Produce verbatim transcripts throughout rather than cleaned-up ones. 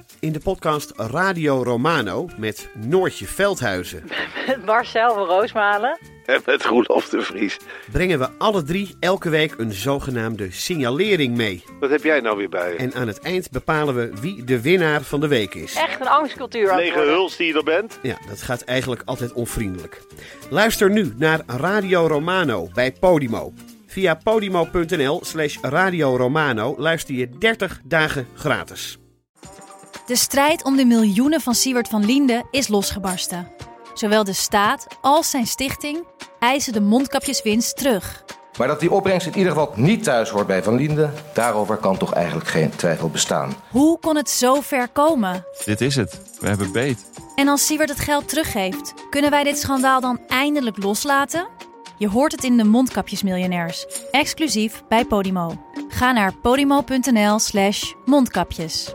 In de podcast Radio Romano met Noortje Veldhuizen. Met Marcel van Roosmalen. En met Roelof de Vries. Brengen we alle drie elke week een zogenaamde signalering mee. Wat heb jij nou weer bij je? En aan het eind bepalen we wie de winnaar van de week is. Echt een angstcultuur. Lege huls die je er bent? Ja, dat gaat eigenlijk altijd onvriendelijk. Luister nu naar Radio Romano bij Podimo. Via podimo.nl slash Radio Romano luister je dertig dagen gratis. De strijd om de miljoenen van Siewert van Liende is losgebarsten. Zowel de staat als zijn stichting eisen de mondkapjeswinst terug. Maar dat die opbrengst in ieder geval niet thuis hoort bij Van Liende, daarover kan toch eigenlijk geen twijfel bestaan. Hoe kon het zo ver komen? Dit is het. We hebben beet. En als Siewert het geld teruggeeft, kunnen wij dit schandaal dan eindelijk loslaten? Je hoort het in de Mondkapjesmiljonairs, exclusief bij Podimo. Ga naar podimo.nl slash mondkapjes.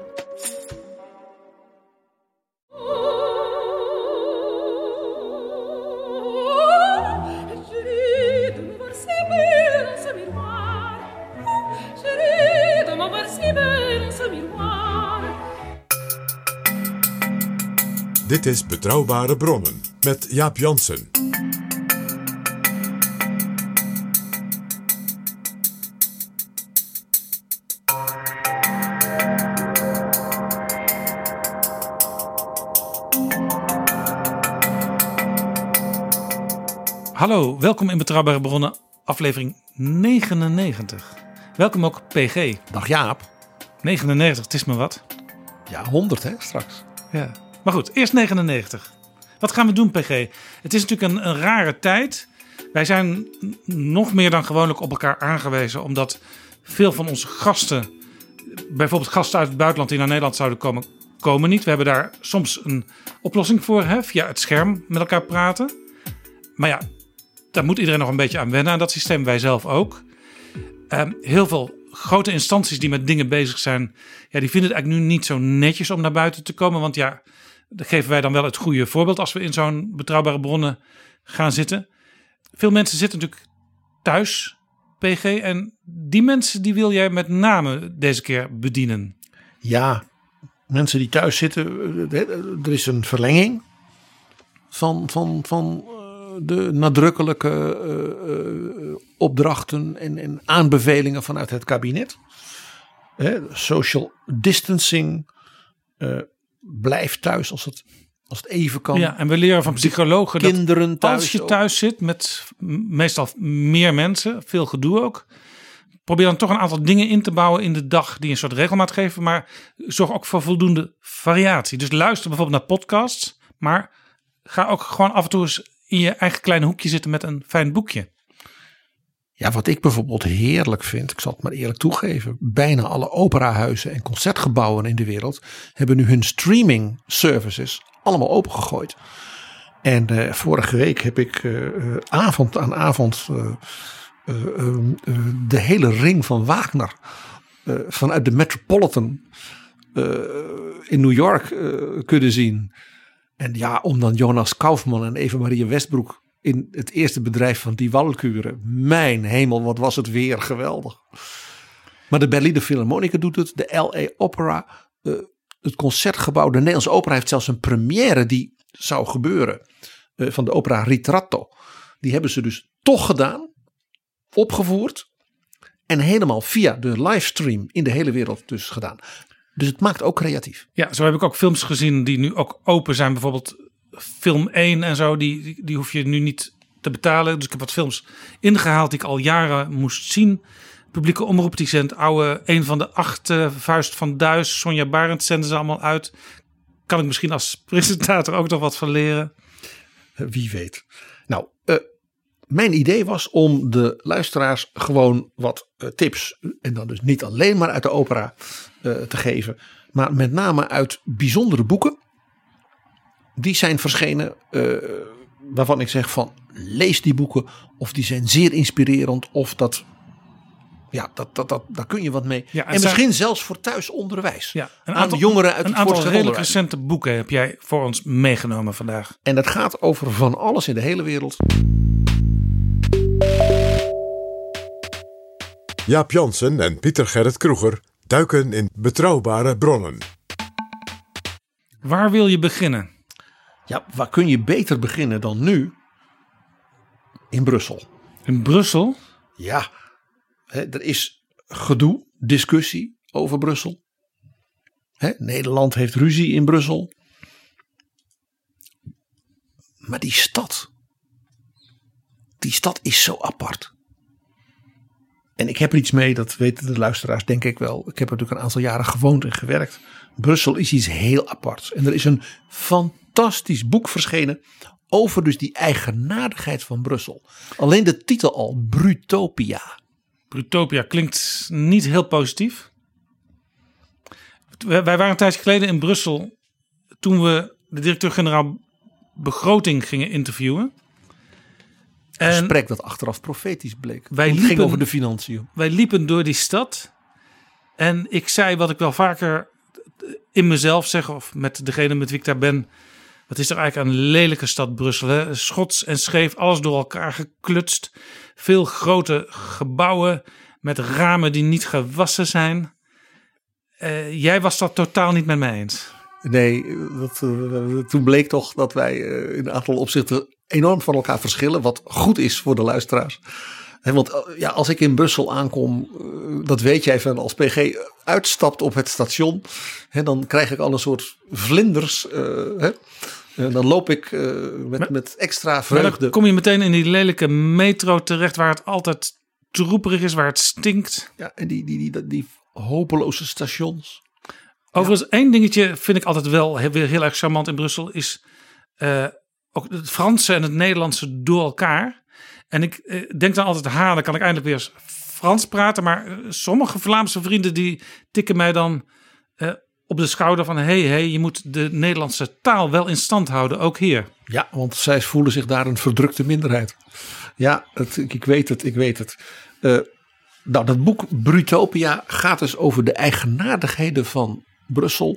Dit is Betrouwbare Bronnen met Jaap Jansen. Hallo, welkom in Betrouwbare Bronnen, aflevering negenennegentig. Welkom ook P G. Dag Jaap. negenennegentig, het is maar wat. Ja, honderd hè, straks. Ja. Maar goed, eerst negenennegentig. Wat gaan we doen, P G? Het is natuurlijk een, een rare tijd. Wij zijn nog meer dan gewoonlijk op elkaar aangewezen, omdat veel van onze gasten, bijvoorbeeld gasten uit het buitenland die naar Nederland zouden komen, komen niet. We hebben daar soms een oplossing voor, hè, via het scherm met elkaar praten. Maar ja, daar moet iedereen nog een beetje aan wennen, aan dat systeem, wij zelf ook. Uh, heel veel grote instanties die met dingen bezig zijn, ja, die vinden het eigenlijk nu niet zo netjes om naar buiten te komen. Want ja, dan geven wij dan wel het goede voorbeeld als we in zo'n Betrouwbare Bronnen gaan zitten. Veel mensen zitten natuurlijk thuis, P G. En die mensen die wil jij met name deze keer bedienen. Ja, mensen die thuis zitten. Er is een verlenging van, van, van de nadrukkelijke uh, uh, opdrachten en, en aanbevelingen vanuit het kabinet. He, social distancing. Uh, blijf thuis als het, als het even kan. Ja, en we leren van psychologen dat kinderen thuis als je thuis zit met meestal meer mensen, veel gedoe ook, probeer dan toch een aantal dingen in te bouwen in de dag die een soort regelmaat geven, maar zorg ook voor voldoende variatie. Dus luister bijvoorbeeld naar podcasts, maar ga ook gewoon af en toe eens in je eigen kleine hoekje zitten met een fijn boekje. Ja, wat ik bijvoorbeeld heerlijk vind, ik zal het maar eerlijk toegeven, bijna alle operahuizen en concertgebouwen in de wereld hebben nu hun streaming services allemaal opengegooid. En uh, vorige week heb ik uh, avond aan avond uh, uh, uh, uh, de hele ring van Wagner uh, vanuit de Metropolitan uh, in New York uh, kunnen zien. En ja, om dan Jonas Kaufmann en Eva-Marie Westbroek in het eerste bedrijf van Die Walkuren. Mijn hemel, wat was het weer geweldig. Maar de Berliner Philharmonica doet het. De L A Opera. Uh, het Concertgebouw. De Nederlandse Opera heeft zelfs een première die zou gebeuren. Uh, van de opera Ritratto. Die hebben ze dus toch gedaan. Opgevoerd. En helemaal via de livestream in de hele wereld dus gedaan. Dus het maakt ook creatief. Ja, zo heb ik ook films gezien die nu ook open zijn. Bijvoorbeeld film één en zo, die, die, die hoef je nu niet te betalen. Dus ik heb wat films ingehaald die ik al jaren moest zien. Publieke omroep die zendt oude, een van de acht uh, Vuist van Duis, Sonja Barend zenden ze allemaal uit. Kan ik misschien als presentator ook nog wat van leren? Wie weet. Nou, uh, mijn idee was om de luisteraars gewoon wat uh, tips, en dan dus niet alleen maar uit de opera uh, te geven, maar met name uit bijzondere boeken. Die zijn verschenen, uh, waarvan ik zeg van lees die boeken, of die zijn zeer inspirerend, of dat, ja, dat, dat, dat, daar kun je wat mee. Ja, en en misschien zijn, zelfs voor thuisonderwijs. Ja, een aan aantal, jongeren uit een het aantal redelijk onderwijs. recente boeken heb jij voor ons meegenomen vandaag. En dat gaat over van alles in de hele wereld. Jaap Jansen en Pieter Gerrit Kroeger duiken in Betrouwbare Bronnen. Waar wil je beginnen? Ja, waar kun je beter beginnen dan nu? In Brussel. In Brussel? Ja, hè, er is gedoe, discussie over Brussel. Hè, Nederland heeft ruzie in Brussel. Maar die stad, die stad is zo apart. En ik heb er iets mee, dat weten de luisteraars denk ik wel. Ik heb er natuurlijk een aantal jaren gewoond en gewerkt. Brussel is iets heel aparts. En er is een fantastisch boek verschenen over dus die eigenaardigheid van Brussel. Alleen de titel al, Brutopia. Brutopia klinkt niet heel positief. Wij waren een tijdje geleden in Brussel toen we de directeur-generaal begroting gingen interviewen. Een gesprek dat achteraf profetisch bleek. Wij Het liepen, ging over de financiën. Wij liepen door die stad en ik zei wat ik wel vaker in mezelf zeg, of met degene met wie ik daar ben. Wat is er eigenlijk een lelijke stad Brussel. Hè? Schots en scheef, alles door elkaar geklutst. Veel grote gebouwen met ramen die niet gewassen zijn. Uh, jij was dat totaal niet met mij eens. Nee, dat, uh, toen bleek toch dat wij uh, in een aantal opzichten enorm van elkaar verschillen. Wat goed is voor de luisteraars. He, want uh, ja, als ik in Brussel aankom, uh, dat weet jij van als P G uitstapt op het station. He, dan krijg ik al een soort vlinders. Uh, he. Uh, dan loop ik uh, met, maar, met extra vreugde. Maar dan kom je meteen in die lelijke metro terecht waar het altijd troeperig is, waar het stinkt. Ja, en die, die, die, die, die hopeloze stations. Overigens, ja. één dingetje vind ik altijd wel heel, heel erg charmant in Brussel. Is uh, ook het Franse en het Nederlandse door elkaar. En ik uh, denk dan altijd, ha, dan kan ik eindelijk weer Frans praten. Maar uh, sommige Vlaamse vrienden die tikken mij dan uh, op de schouder van... hé, hey, hey, je moet de Nederlandse taal wel in stand houden, ook hier. Ja, want zij voelen zich daar een verdrukte minderheid. Ja, het, ik weet het, ik weet het. Uh, nou, dat boek Brutopia gaat dus over de eigenaardigheden van Brussel.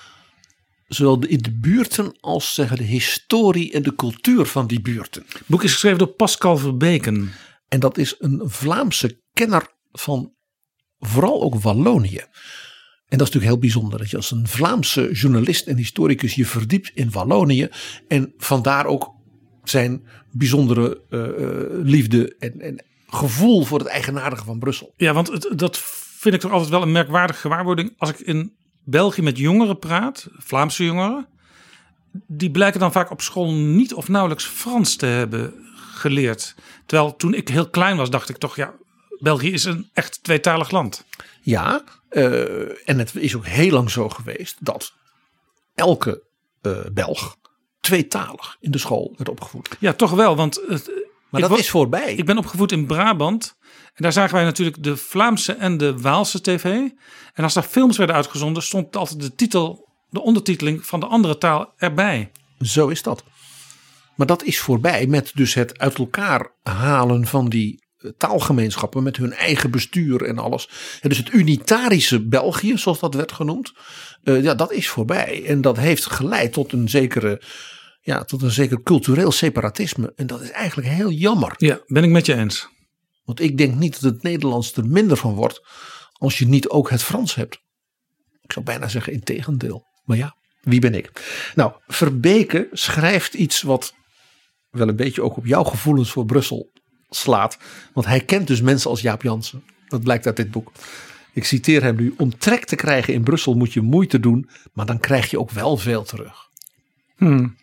Zowel in de buurten als zeggen, de historie en de cultuur van die buurten. Het boek is geschreven door Pascal Verbeken. En dat is een Vlaamse kenner van vooral ook Wallonië. En dat is natuurlijk heel bijzonder. Dat je als een Vlaamse journalist en historicus je verdiept in Wallonië. En vandaar ook zijn bijzondere uh, liefde en, en gevoel voor het eigenaardige van Brussel. Ja, want het, dat vind ik toch altijd wel een merkwaardige gewaarwording. Als ik in België met jongeren praat, Vlaamse jongeren. Die blijken dan vaak op school niet of nauwelijks Frans te hebben geleerd. Terwijl toen ik heel klein was, dacht ik toch, ja, België is een echt tweetalig land. Ja, uh, en het is ook heel lang zo geweest dat elke uh, Belg tweetalig in de school werd opgevoed. Ja, toch wel, want het, maar dat was, is voorbij. Ik ben opgevoed in Brabant en daar zagen wij natuurlijk de Vlaamse en de Waalse tv. En als daar films werden uitgezonden, stond altijd de titel, de ondertiteling van de andere taal erbij. Zo is dat. Maar dat is voorbij met dus het uit elkaar halen van die taalgemeenschappen met hun eigen bestuur en alles. En dus het unitarische België, zoals dat werd genoemd, uh, ja, dat is voorbij. En dat heeft geleid tot een zekere, ja, tot een zeker cultureel separatisme. En dat is eigenlijk heel jammer. Ja, ben ik met je eens. Want ik denk niet dat het Nederlands er minder van wordt als je niet ook het Frans hebt. Ik zou bijna zeggen in tegendeel. Maar ja, wie ben ik? Nou, Verbeke schrijft iets wat wel een beetje ook op jouw gevoelens voor Brussel slaat. Want hij kent dus mensen als Jaap Jansen. Dat blijkt uit dit boek. Ik citeer hem nu. Om trek te krijgen in Brussel moet je moeite doen. Maar dan krijg je ook wel veel terug. Hmm.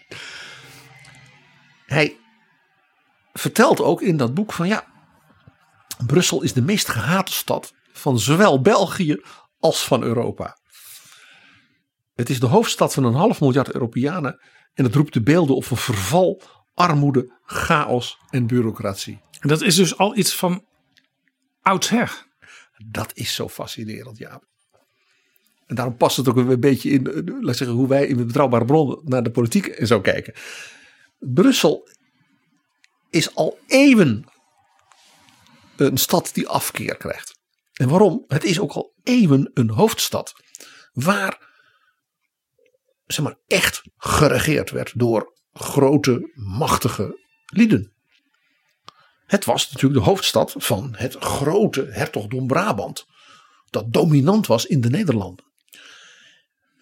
Hij vertelt ook in dat boek van ja. Brussel is de meest gehate stad van zowel België als van Europa. Het is de hoofdstad van een half miljard Europeanen. En het roept de beelden op van verval, armoede, chaos en bureaucratie. En dat is dus al iets van oudsher. Dat is zo fascinerend, ja. En daarom past het ook een beetje in, laat ik zeggen, hoe wij in de Betrouwbare Bronnen naar de politiek en zo kijken. Brussel is al eeuwen een stad die afkeer krijgt. En waarom? Het is ook al eeuwen een hoofdstad waar, zeg maar, echt geregeerd werd door grote, machtige lieden. Het was natuurlijk de hoofdstad van het grote hertogdom Brabant, dat dominant was in de Nederlanden.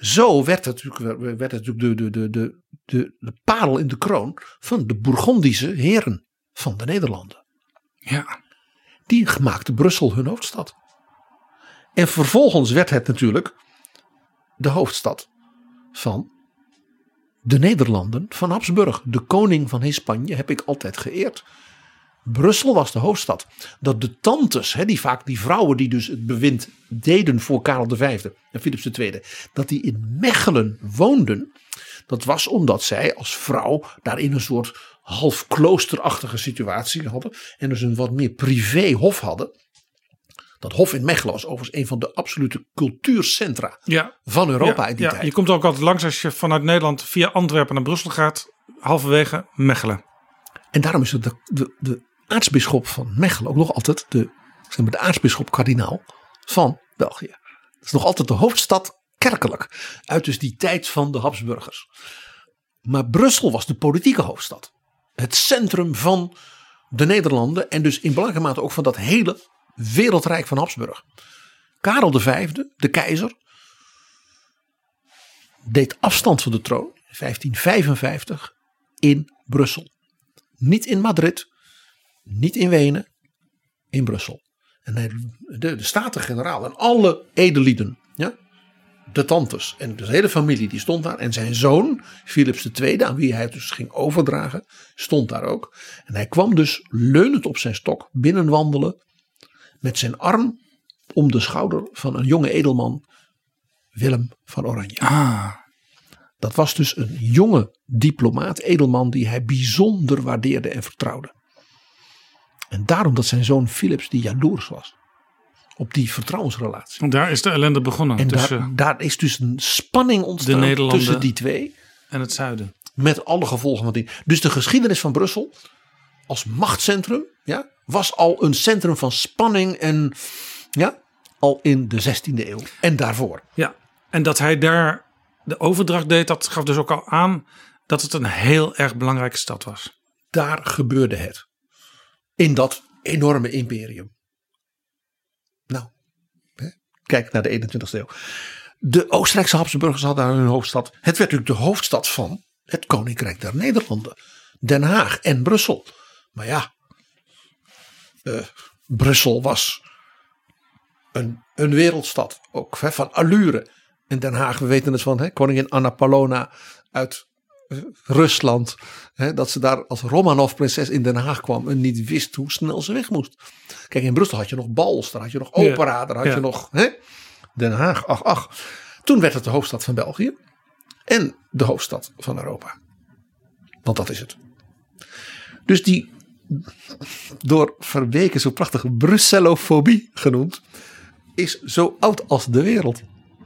zo werd het natuurlijk, werd het natuurlijk de, de, de, de, de parel in de kroon van de Bourgondische heren van de Nederlanden. Ja. Die maakten Brussel hun hoofdstad. En vervolgens werd het natuurlijk de hoofdstad van de Nederlanden van Habsburg. De koning van Hispanje heb ik altijd geëerd. Brussel was de hoofdstad. Dat de tantes, hè, die vaak die vrouwen die dus het bewind deden voor Karel de Vijfde en Philips de Tweede, dat die in Mechelen woonden. Dat was omdat zij als vrouw daar in een soort half kloosterachtige situatie hadden. En dus een wat meer privé hof hadden. Dat hof in Mechelen was overigens een van de absolute cultuurcentra ja. van Europa ja, in die ja. tijd. Je komt ook altijd langs als je vanuit Nederland via Antwerpen naar Brussel gaat. Halverwege Mechelen. En daarom is het de, de, de aartsbisschop van Mechelen ook nog altijd de, zeg maar, de aartsbisschop-kardinaal van België. Dat is nog altijd de hoofdstad kerkelijk. Uit dus die tijd van de Habsburgers. Maar Brussel was de politieke hoofdstad. Het centrum van de Nederlanden. En dus in belangrijke mate ook van dat hele wereldrijk van Habsburg. Karel de Vijfde, de keizer, deed afstand van de troon in vijftien vijfenvijftig in Brussel. Niet in Madrid, niet in Wenen, in Brussel. En hij, de, de Staten-Generaal en alle edellieden, ja, de tantes en de hele familie die stond daar. En zijn zoon, Philips de Tweede, aan wie hij het dus ging overdragen, stond daar ook. En hij kwam dus leunend op zijn stok binnenwandelen met zijn arm om de schouder van een jonge edelman, Willem van Oranje. Ah. Dat was dus een jonge diplomaat, edelman die hij bijzonder waardeerde en vertrouwde. En daarom dat zijn zoon Philips die jaloers was op die vertrouwensrelatie. En daar is de ellende begonnen. En tussen daar, daar is dus een spanning ontstaan tussen die twee. En het zuiden. Met alle gevolgen van die. Dus de geschiedenis van Brussel als machtscentrum, ja, was al een centrum van spanning en ja, al in de zestiende eeuw en daarvoor. Ja, en dat hij daar de overdracht deed, dat gaf dus ook al aan dat het een heel erg belangrijke stad was. Daar gebeurde het. In dat enorme imperium. Nou, hè, kijk naar de eenentwintigste eeuw. De Oostenrijkse Habsburgers hadden daar hun hoofdstad. Het werd natuurlijk de hoofdstad van het Koninkrijk der Nederlanden. Den Haag en Brussel. Maar ja, uh, Brussel was een, een wereldstad. Ook hè, van allure. En Den Haag, we weten het van hè, koningin Anna Paulowna uit uh, Rusland. Hè, dat ze daar als Romanov-prinses in Den Haag kwam en niet wist hoe snel ze weg moest. Kijk, in Brussel had je nog bals, daar had je nog opera, ja, daar had ja. je nog hè, Den Haag. Ach, ach. Toen werd het de hoofdstad van België en de hoofdstad van Europa. Want dat is het. Dus die door Verweken zo prachtige Brusselofobie genoemd, is zo oud als de wereld.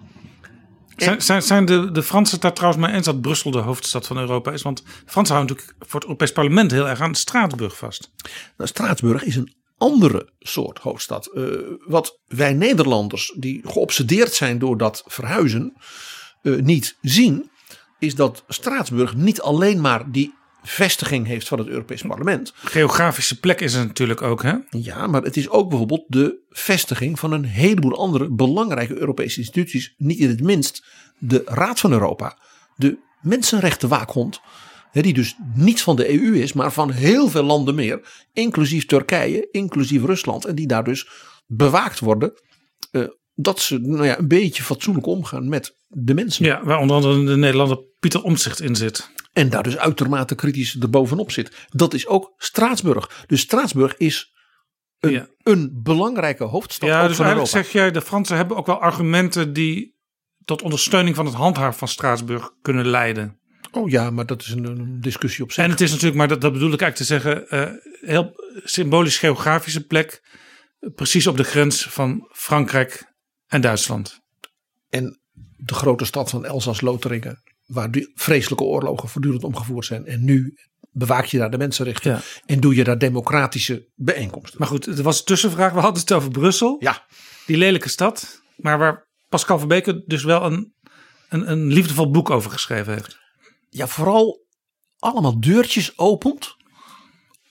Zijn, zijn, zijn de, de Fransen het daar trouwens mee eens dat Brussel de hoofdstad van Europa is? Want de Fransen houden natuurlijk voor het Europees Parlement heel erg aan Straatsburg vast. Nou, Straatsburg is een andere soort hoofdstad. Uh, wat wij Nederlanders die geobsedeerd zijn door dat verhuizen uh, niet zien, is dat Straatsburg niet alleen maar die vestiging heeft van het Europees Parlement. Geografische plek is het natuurlijk ook, hè? Ja, maar het is ook bijvoorbeeld de vestiging van een heleboel andere belangrijke Europese instituties. Niet in het minst de Raad van Europa, de Mensenrechtenwaakhond, die dus niet van de E U is, maar van heel veel landen meer, inclusief Turkije, inclusief Rusland, en die daar dus bewaakt worden, uh, dat ze nou ja, een beetje fatsoenlijk omgaan met de mensen. Ja, waar onder andere de Nederlander Pieter Omtzigt in zit. En daar dus uitermate kritisch erbovenop zit. Dat is ook Straatsburg. Dus Straatsburg is een, ja. een belangrijke hoofdstad. Ja, ook dus van eigenlijk Europa. zeg jij, de Fransen hebben ook wel argumenten die tot ondersteuning van het handhaven van Straatsburg kunnen leiden. Oh ja, maar dat is een, een discussie op zich. En het is natuurlijk, maar dat, dat bedoel ik eigenlijk te zeggen, uh, heel symbolisch geografische plek. Precies op de grens van Frankrijk en Duitsland. En de grote stad van Elsass-Lotharingen, waar die vreselijke oorlogen voortdurend omgevoerd zijn. En nu bewaak je daar de mensenrechten ja. en doe je daar democratische bijeenkomsten. Maar goed, het was een tussenvraag. We hadden het over Brussel. Ja. Die lelijke stad, maar waar Pascal Verbeke dus wel een, een, een liefdevol boek over geschreven heeft. Ja, vooral allemaal deurtjes opent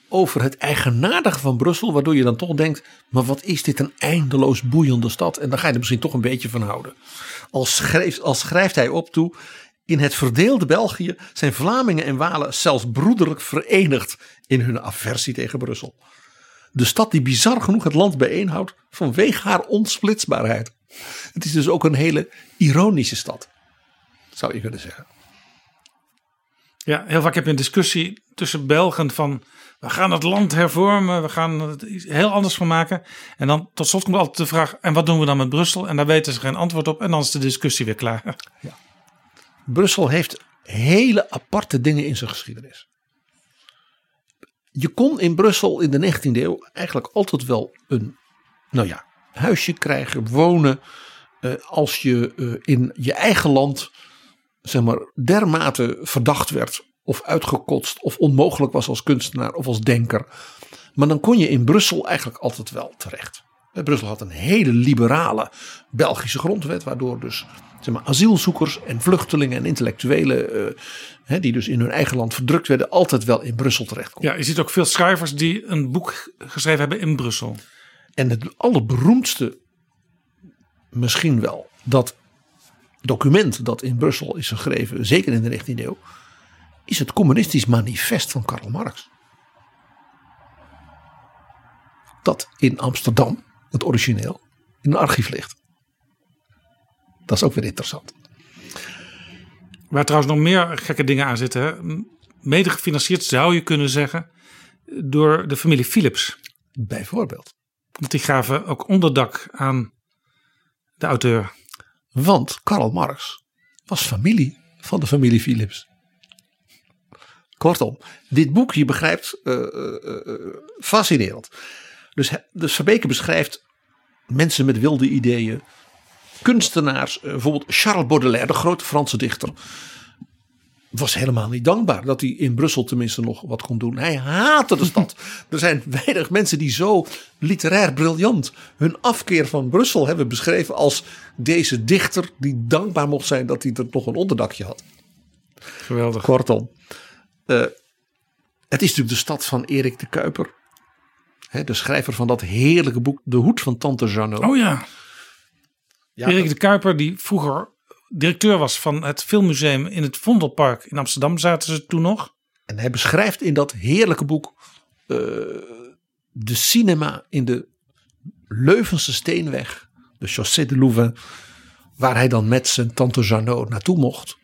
over het eigenaardige van Brussel, waardoor je dan toch denkt, maar wat is dit een eindeloos boeiende stad? En dan ga je er misschien toch een beetje van houden. Al schrijft, al schrijft hij op toe, in het verdeelde België zijn Vlamingen en Walen zelfs broederlijk verenigd in hun aversie tegen Brussel. De stad die bizar genoeg het land bijeenhoudt vanwege haar onsplitsbaarheid. Het is dus ook een hele ironische stad, zou je kunnen zeggen. Ja, heel vaak heb je een discussie tussen Belgen van, we gaan het land hervormen, we gaan het heel anders van maken. En dan tot slot komt altijd de vraag, en wat doen we dan met Brussel? En daar weten ze geen antwoord op en dan is de discussie weer klaar. Ja. Brussel heeft hele aparte dingen in zijn geschiedenis. Je kon in Brussel in de negentiende eeuw eigenlijk altijd wel een, nou ja, huisje krijgen, wonen. Uh, als je uh, in je eigen land, zeg maar, dermate verdacht werd of uitgekotst of onmogelijk was als kunstenaar of als denker. Maar dan kon je in Brussel eigenlijk altijd wel terecht. Brussel had een hele liberale Belgische grondwet, waardoor dus, zeg maar, asielzoekers en vluchtelingen en intellectuelen uh, hè, die dus in hun eigen land verdrukt werden, altijd wel in Brussel terecht konden. Ja, je ziet ook veel schrijvers die een boek geschreven hebben in Brussel. En het allerberoemdste misschien wel, dat document dat in Brussel is geschreven, zeker in de negentiende eeuw, is het Communistisch Manifest van Karl Marx. Dat in Amsterdam, het origineel, in een archief ligt. Dat is ook weer interessant. Waar trouwens nog meer gekke dingen aan zitten. Hè? Mede gefinancierd zou je kunnen zeggen door de familie Philips. Bijvoorbeeld. Want die gaven ook onderdak aan de auteur. Want Karl Marx was familie van de familie Philips. Kortom, dit boek, je begrijpt, uh, uh, uh, fascinerend. Dus, dus Verbeke beschrijft mensen met wilde ideeën, kunstenaars, uh, bijvoorbeeld Charles Baudelaire, de grote Franse dichter, was helemaal niet dankbaar dat hij in Brussel tenminste nog wat kon doen. Hij haatte de stad. Er zijn weinig mensen die zo literair briljant hun afkeer van Brussel hebben beschreven als deze dichter die dankbaar mocht zijn dat hij er nog een onderdakje had. Geweldig. Kortom, uh, het is natuurlijk de stad van Erik de Kuyper. Hè, de schrijver van dat heerlijke boek De Hoed van Tante Jeannot. Oh ja. ja Erik dat... de Kuyper, die vroeger directeur was van het Filmmuseum in het Vondelpark in Amsterdam, zaten ze toen nog. En hij beschrijft in dat heerlijke boek uh, de cinema in de Leuvense Steenweg, de Chaussée de Louvain, waar hij dan met zijn Tante Jeannot naartoe mocht.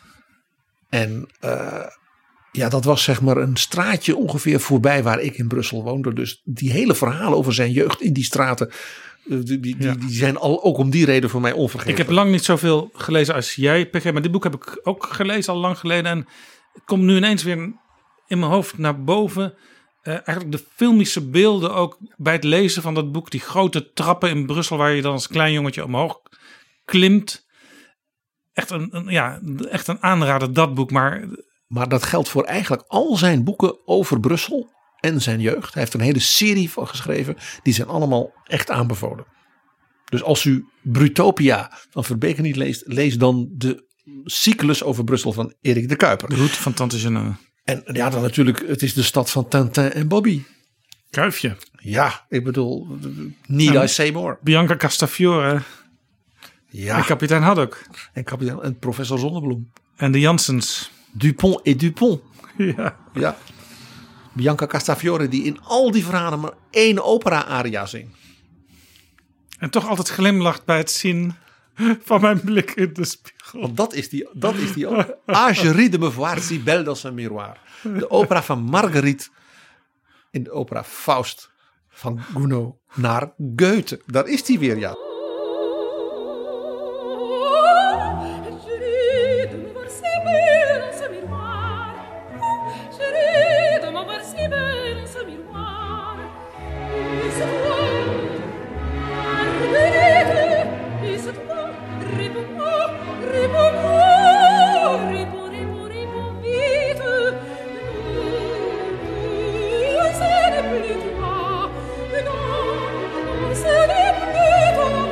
En uh, ja, dat was zeg maar een straatje ongeveer voorbij waar ik in Brussel woonde. Dus die hele verhalen over zijn jeugd in die straten, Die, die, die, ja. die zijn al ook om die reden voor mij onvergetelijk. Ik heb lang niet zoveel gelezen als jij, P G, maar dit boek heb ik ook gelezen al lang geleden. En het komt nu ineens weer in mijn hoofd naar boven. Uh, eigenlijk de filmische beelden ook bij het lezen van dat boek. Die grote trappen in Brussel waar je dan als klein jongetje omhoog klimt. Echt een, een, ja, echt een aanrader, dat boek. Maar, maar dat geldt voor eigenlijk al zijn boeken over Brussel en zijn jeugd. Hij heeft een hele serie van geschreven. Die zijn allemaal echt aanbevolen. Dus als u Brutopia van Verbeke niet leest, lees dan de cyclus over Brussel van Erik de Kuyper. De Hoed van Tante Jeannot. En ja, dan natuurlijk, het is de stad van Tintin en Bobby. Kuifje. Ja, ik bedoel, need en I say more. Bianca Castafiore. Ja. En kapitein Haddock. En kapitein en professor Zonnebloem. En de Janssens. Dupont et Dupont. Ja. Ja. Bianca Castafiore die in al die verhalen maar één opera-aria zingt. En toch altijd glimlacht bij het zien van mijn blik in de spiegel. Want dat is die, dat is die opera. Ah, je ris de me voir si belle dans un miroir. De opera van Marguerite in de opera Faust van Gounod naar Goethe. Daar is die weer, ja. Ce n'est plus toi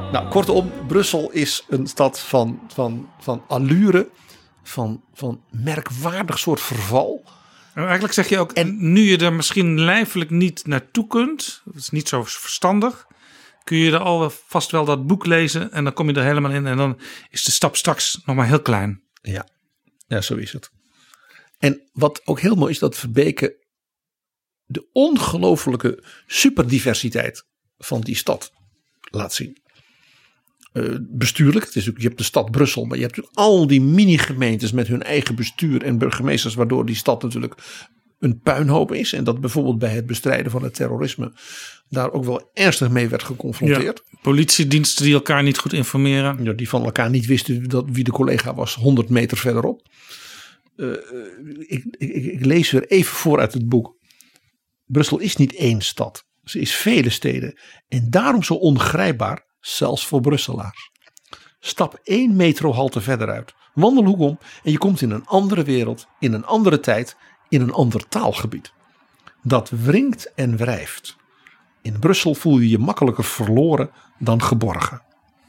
Nou, kortom, Brussel is een stad van, van, van allure, van, van merkwaardig soort verval. En eigenlijk zeg je ook, en nu je er misschien lijfelijk niet naartoe kunt, dat is niet zo verstandig, kun je er al vast wel dat boek lezen en dan kom je er helemaal in en dan is de stap straks nog maar heel klein. Ja, ja, zo is het. En wat ook heel mooi is, dat Verbeke de ongelofelijke superdiversiteit van die stad laat zien. Uh, bestuurlijk, het is ook, je hebt de stad Brussel, maar je hebt natuurlijk al die mini-gemeentes met hun eigen bestuur en burgemeesters, waardoor die stad natuurlijk een puinhoop is. En dat bijvoorbeeld bij het bestrijden van het terrorisme daar ook wel ernstig mee werd geconfronteerd. Ja, politiediensten die elkaar niet goed informeren. Ja, die van elkaar niet wisten dat wie de collega was honderd meter verderop. Uh, ik, ik, ik lees weer even voor uit het boek. Brussel is niet één stad. Ze is vele steden. En daarom zo ongrijpbaar, zelfs voor Brusselaars. Stap één metrohalte verder uit. Wandel hoek om en je komt in een andere wereld, in een andere tijd, in een ander taalgebied. Dat wringt en wrijft. In Brussel voel je je makkelijker verloren dan geborgen.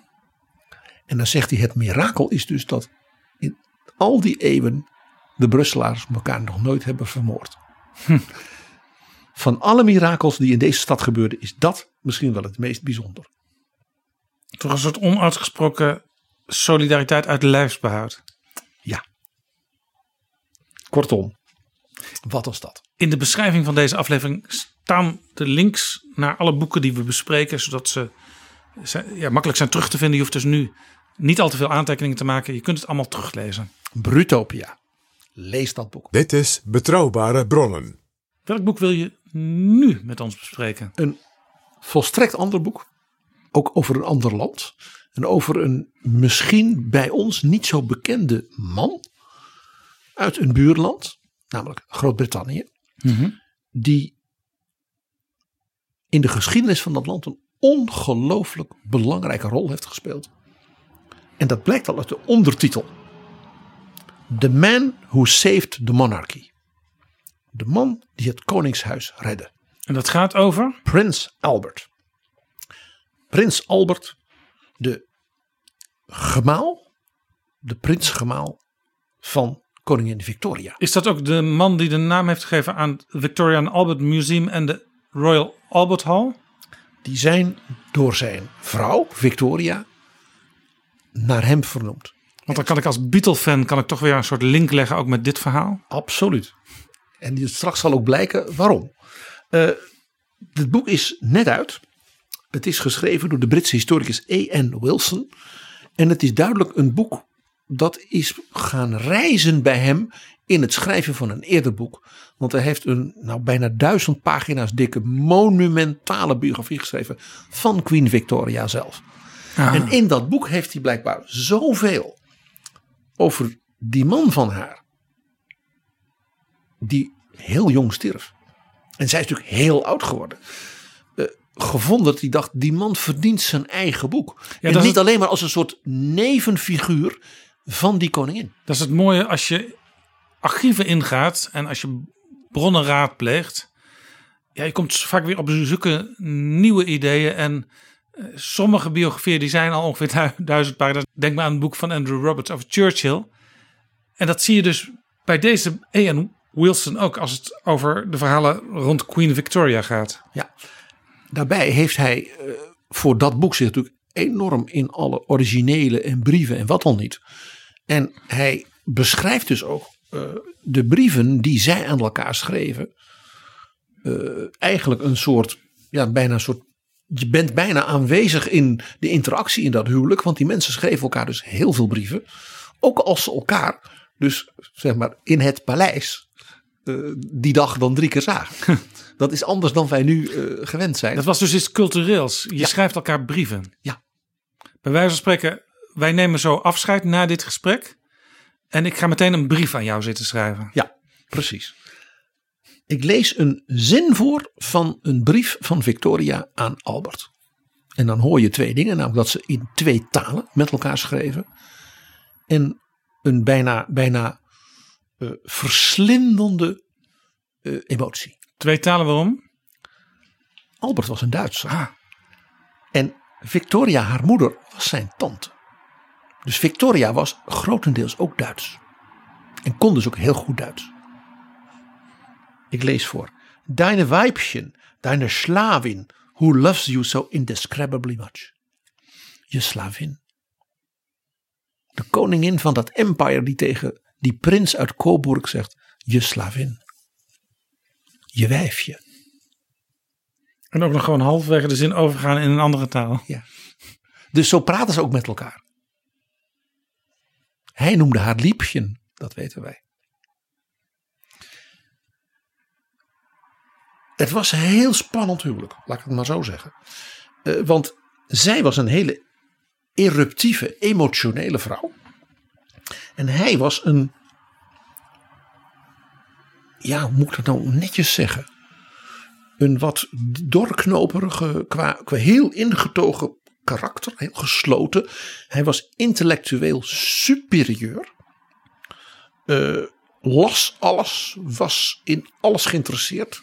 En dan zegt hij, het mirakel is dus dat in al die eeuwen de Brusselaars elkaar nog nooit hebben vermoord. Hm. Van alle mirakels die in deze stad gebeurden is dat misschien wel het meest bijzonder. Toch een soort onuitgesproken solidariteit uit lijfsbehoud. Ja. Kortom, wat een stad. In de beschrijving van deze aflevering staan de links naar alle boeken die we bespreken, zodat ze ja, makkelijk zijn terug te vinden. Je hoeft dus nu niet al te veel aantekeningen te maken. Je kunt het allemaal teruglezen. Brutopia. Lees dat boek. Dit is Betrouwbare Bronnen. Welk boek wil je nu met ons bespreken? Een volstrekt ander boek. Ook over een ander land. En over een misschien bij ons niet zo bekende man. Uit een buurland. Namelijk Groot-Brittannië. Mm-hmm. Die in de geschiedenis van dat land een ongelooflijk belangrijke rol heeft gespeeld. En dat blijkt al uit de ondertitel. The Man Who Saved the Monarchy. De man die het koningshuis redde. En dat gaat over? Prins Albert. Prins Albert, de gemaal, de prinsgemaal van koningin Victoria. Is dat ook de man die de naam heeft gegeven aan het Victoria and Albert Museum en de Royal Albert Hall? Die zijn door zijn vrouw Victoria naar hem vernoemd. Want dan kan ik als Beatle-fan kan ik toch weer een soort link leggen ook met dit verhaal. Absoluut. En die straks zal ook blijken waarom. Uh, het boek is net uit. Het is geschreven door de Britse historicus A N Wilson. En het is duidelijk een boek dat is gaan reizen bij hem in het schrijven van een eerder boek. Want hij heeft een nou, bijna duizend pagina's dikke monumentale biografie geschreven van Queen Victoria zelf. Ah. En in dat boek heeft hij blijkbaar zoveel over die man van haar. Die heel jong stierf. En zij is natuurlijk heel oud geworden. Uh, gevonden dat hij dacht, die man verdient zijn eigen boek. Ja, en niet het... alleen maar als een soort nevenfiguur van die koningin. Dat is het mooie als je archieven ingaat en als je bronnen raadpleegt. Ja, je komt vaak weer op zulke nieuwe ideeën. En uh, sommige biografieën die zijn al ongeveer duizend pagina's. Denk maar aan het boek van Andrew Roberts over Churchill. En dat zie je dus bij deze A N Wilson ook als het over de verhalen rond Queen Victoria gaat. Ja, daarbij heeft hij uh, voor dat boek zich natuurlijk enorm in alle originele en brieven en wat al niet. En hij beschrijft dus ook uh, de brieven die zij aan elkaar schreven. Uh, eigenlijk een soort, ja bijna een soort, je bent bijna aanwezig in de interactie in dat huwelijk. Want die mensen schreven elkaar dus heel veel brieven. Ook als ze elkaar dus zeg maar in het paleis uh, die dag dan drie keer zagen. Dat is anders dan wij nu uh, gewend zijn. Dat was dus iets cultureels. Je ja. schrijft elkaar brieven. Ja. Bij wijze van spreken, wij nemen zo afscheid na dit gesprek. En ik ga meteen een brief aan jou zitten schrijven. Ja, precies. Ik lees een zin voor van een brief van Victoria aan Albert. En dan hoor je twee dingen. Namelijk dat ze in twee talen met elkaar schreven. En een bijna, bijna uh, verslindende uh, emotie. Twee talen waarom? Albert was een Duitser. Ah. En Victoria, haar moeder, was zijn tante. Dus Victoria was grotendeels ook Duits. En kon dus ook heel goed Duits. Ik lees voor. Deine Weibchen, deine Slavin, who loves you so indescribably much. Je slavin. De koningin van dat empire die tegen die prins uit Coburg zegt. Je slavin. Je wijfje. En ook nog gewoon halverwege de zin overgaan in een andere taal. Ja. Dus zo praten ze ook met elkaar. Hij noemde haar liepchen, dat weten wij. Het was een heel spannend huwelijk, laat ik het maar zo zeggen. Uh, want zij was een hele eruptieve, emotionele vrouw. En hij was een, ja, hoe moet ik dat nou netjes zeggen? Een wat doorknoperige, qua, qua heel ingetogen karakter, heel gesloten. Hij was intellectueel superieur. Uh, las alles, was in alles geïnteresseerd.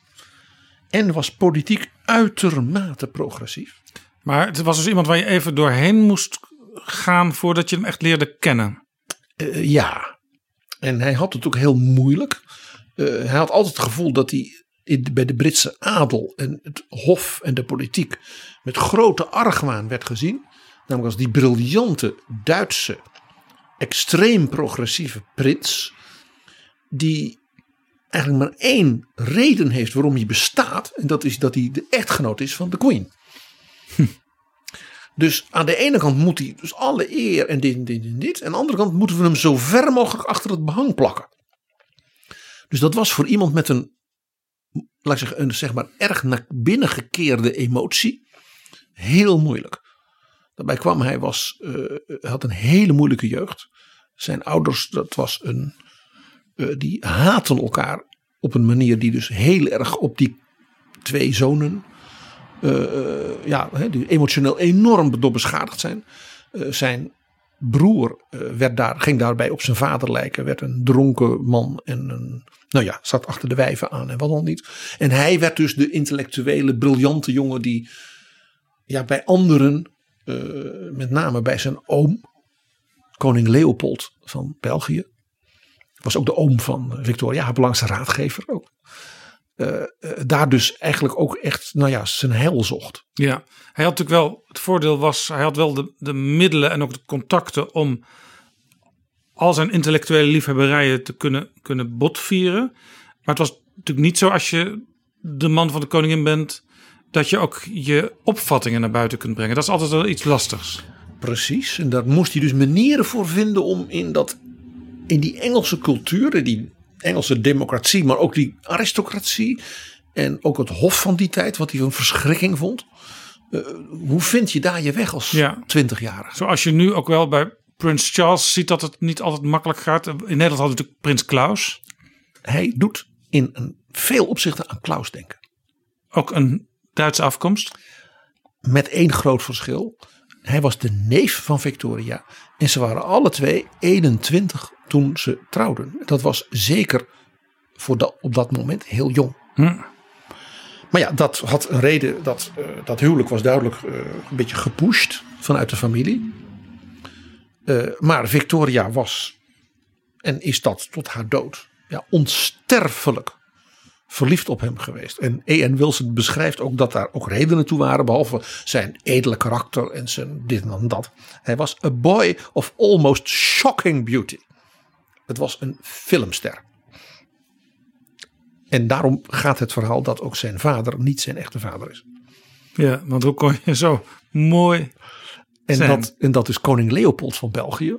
En was politiek uitermate progressief. Maar het was dus iemand waar je even doorheen moest gaan voordat je hem echt leerde kennen. Uh, ja, en hij had het ook heel moeilijk. Uh, hij had altijd het gevoel dat hij in, bij de Britse adel en het hof en de politiek met grote argwaan werd gezien. Namelijk als die briljante Duitse, extreem progressieve prins. Die eigenlijk maar één reden heeft waarom hij bestaat. En dat is dat hij de echtgenoot is van de Queen. Hm. Dus aan de ene kant moet hij dus alle eer en dit en dit en dit. En aan de andere kant moeten we hem zo ver mogelijk achter het behang plakken. Dus dat was voor iemand met een, laat ik zeggen, een zeg maar erg naar binnen gekeerde emotie heel moeilijk. Daarbij kwam hij was, uh, had een hele moeilijke jeugd. Zijn ouders, dat was een, uh, die haatten elkaar op een manier die dus heel erg op die twee zonen, uh, uh, ja, die emotioneel enorm door beschadigd zijn. Uh, zijn broer uh, werd daar, ging daarbij op zijn vader lijken, werd een dronken man en een, nou ja, zat achter de wijven aan en wat dan niet. En hij werd dus de intellectuele, briljante jongen die ja, bij anderen, uh, met name bij zijn oom, koning Leopold van België, was ook de oom van Victoria, haar belangrijkste raadgever ook. Uh, uh, daar dus eigenlijk ook echt, nou ja, zijn heil zocht. Ja, hij had natuurlijk wel, het voordeel was, hij had wel de, de middelen en ook de contacten om al zijn intellectuele liefhebberijen te kunnen, kunnen botvieren. Maar het was natuurlijk niet zo als je de man van de koningin bent, dat je ook je opvattingen naar buiten kunt brengen. Dat is altijd wel iets lastigs. Precies, en daar moest hij dus manieren voor vinden om in, dat, in die Engelse cultuur, die Engelse democratie, maar ook die aristocratie en ook het hof van die tijd, wat hij een verschrikking vond. Uh, hoe vind je daar je weg als twintigjarige? Ja. Zoals je nu ook wel bij Prins Charles ziet dat het niet altijd makkelijk gaat. In Nederland hadden we natuurlijk Prins Klaus. Hij doet in een veel opzichten aan Klaus denken. Ook een Duitse afkomst. Met één groot verschil. Hij was de neef van Victoria. En ze waren alle twee eenentwintig toen ze trouwden. Dat was zeker voor dat, op dat moment heel jong. Hm. Maar ja, dat had een reden. Dat, uh, dat huwelijk was duidelijk uh, een beetje gepusht vanuit de familie. Uh, maar Victoria was en is dat tot haar dood ja, onsterfelijk verliefd op hem geweest. En A N Wilson beschrijft ook dat daar ook redenen toe waren. Behalve zijn edele karakter en zijn dit en dat. Hij was a boy of almost shocking beauty. Het was een filmster. En daarom gaat het verhaal dat ook zijn vader niet zijn echte vader is. Ja, want hoe kon je zo mooi en zijn? Dat, en dat is koning Leopold van België.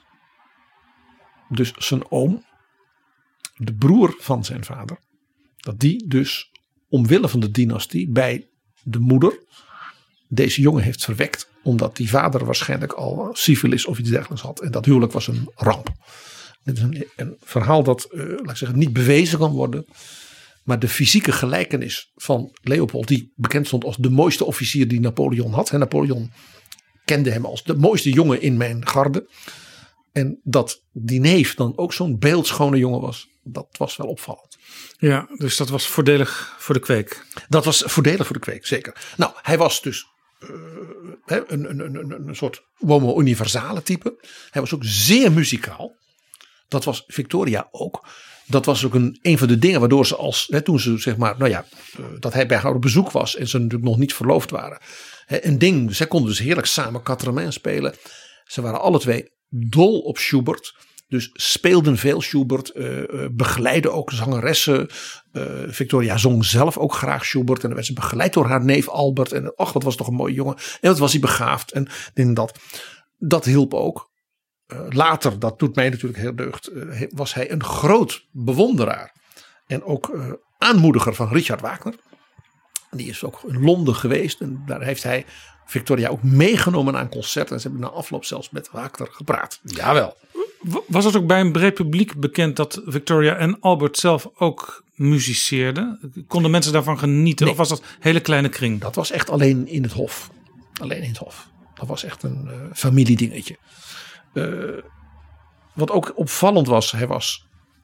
Dus zijn oom. De broer van zijn vader. Dat die dus omwille van de dynastie bij de moeder deze jongen heeft verwekt. Omdat die vader waarschijnlijk al syfilis of iets dergelijks had. En dat huwelijk was een ramp. Het is een, een verhaal dat uh, laat ik zeggen, niet bewezen kan worden. Maar de fysieke gelijkenis van Leopold, die bekend stond als de mooiste officier die Napoleon had. En Napoleon kende hem als de mooiste jongen in mijn garde. En dat die neef dan ook zo'n beeldschone jongen was. Dat was wel opvallend. Ja, dus dat was voordelig voor de kweek. Dat was voordelig voor de kweek, zeker. Nou, hij was dus een, een, een, een soort homo universale type. Hij was ook zeer muzikaal. Dat was Victoria ook. Dat was ook een, een van de dingen waardoor ze als, hè, toen ze zeg maar, nou ja, dat hij bij haar op bezoek was en ze natuurlijk nog niet verloofd waren. Hè, een ding, zij konden dus heerlijk samen Quatre-Mains spelen. Ze waren alle twee dol op Schubert. Dus speelden veel Schubert, uh, uh, begeleidden ook zangeressen. Uh, Victoria zong zelf ook graag Schubert. En dan werd ze begeleid door haar neef Albert. En ach, wat was toch een mooie jongen. En wat was hij begaafd. En, en dat, dat hielp ook. Uh, later, dat doet mij natuurlijk heel deugd, uh, was hij een groot bewonderaar. En ook uh, aanmoediger van Richard Wagner. Die is ook in Londen geweest. En daar heeft hij Victoria ook meegenomen aan concerten. En ze hebben na afloop zelfs met Wagner gepraat. Jawel. Was het ook bij een breed publiek bekend dat Victoria en Albert zelf ook muziceerden? Konden mensen daarvan genieten? Nee. Of was dat een hele kleine kring? Dat was echt alleen in het hof. Alleen in het hof. Dat was echt een uh, familiedingetje. Uh, wat ook opvallend was, hij was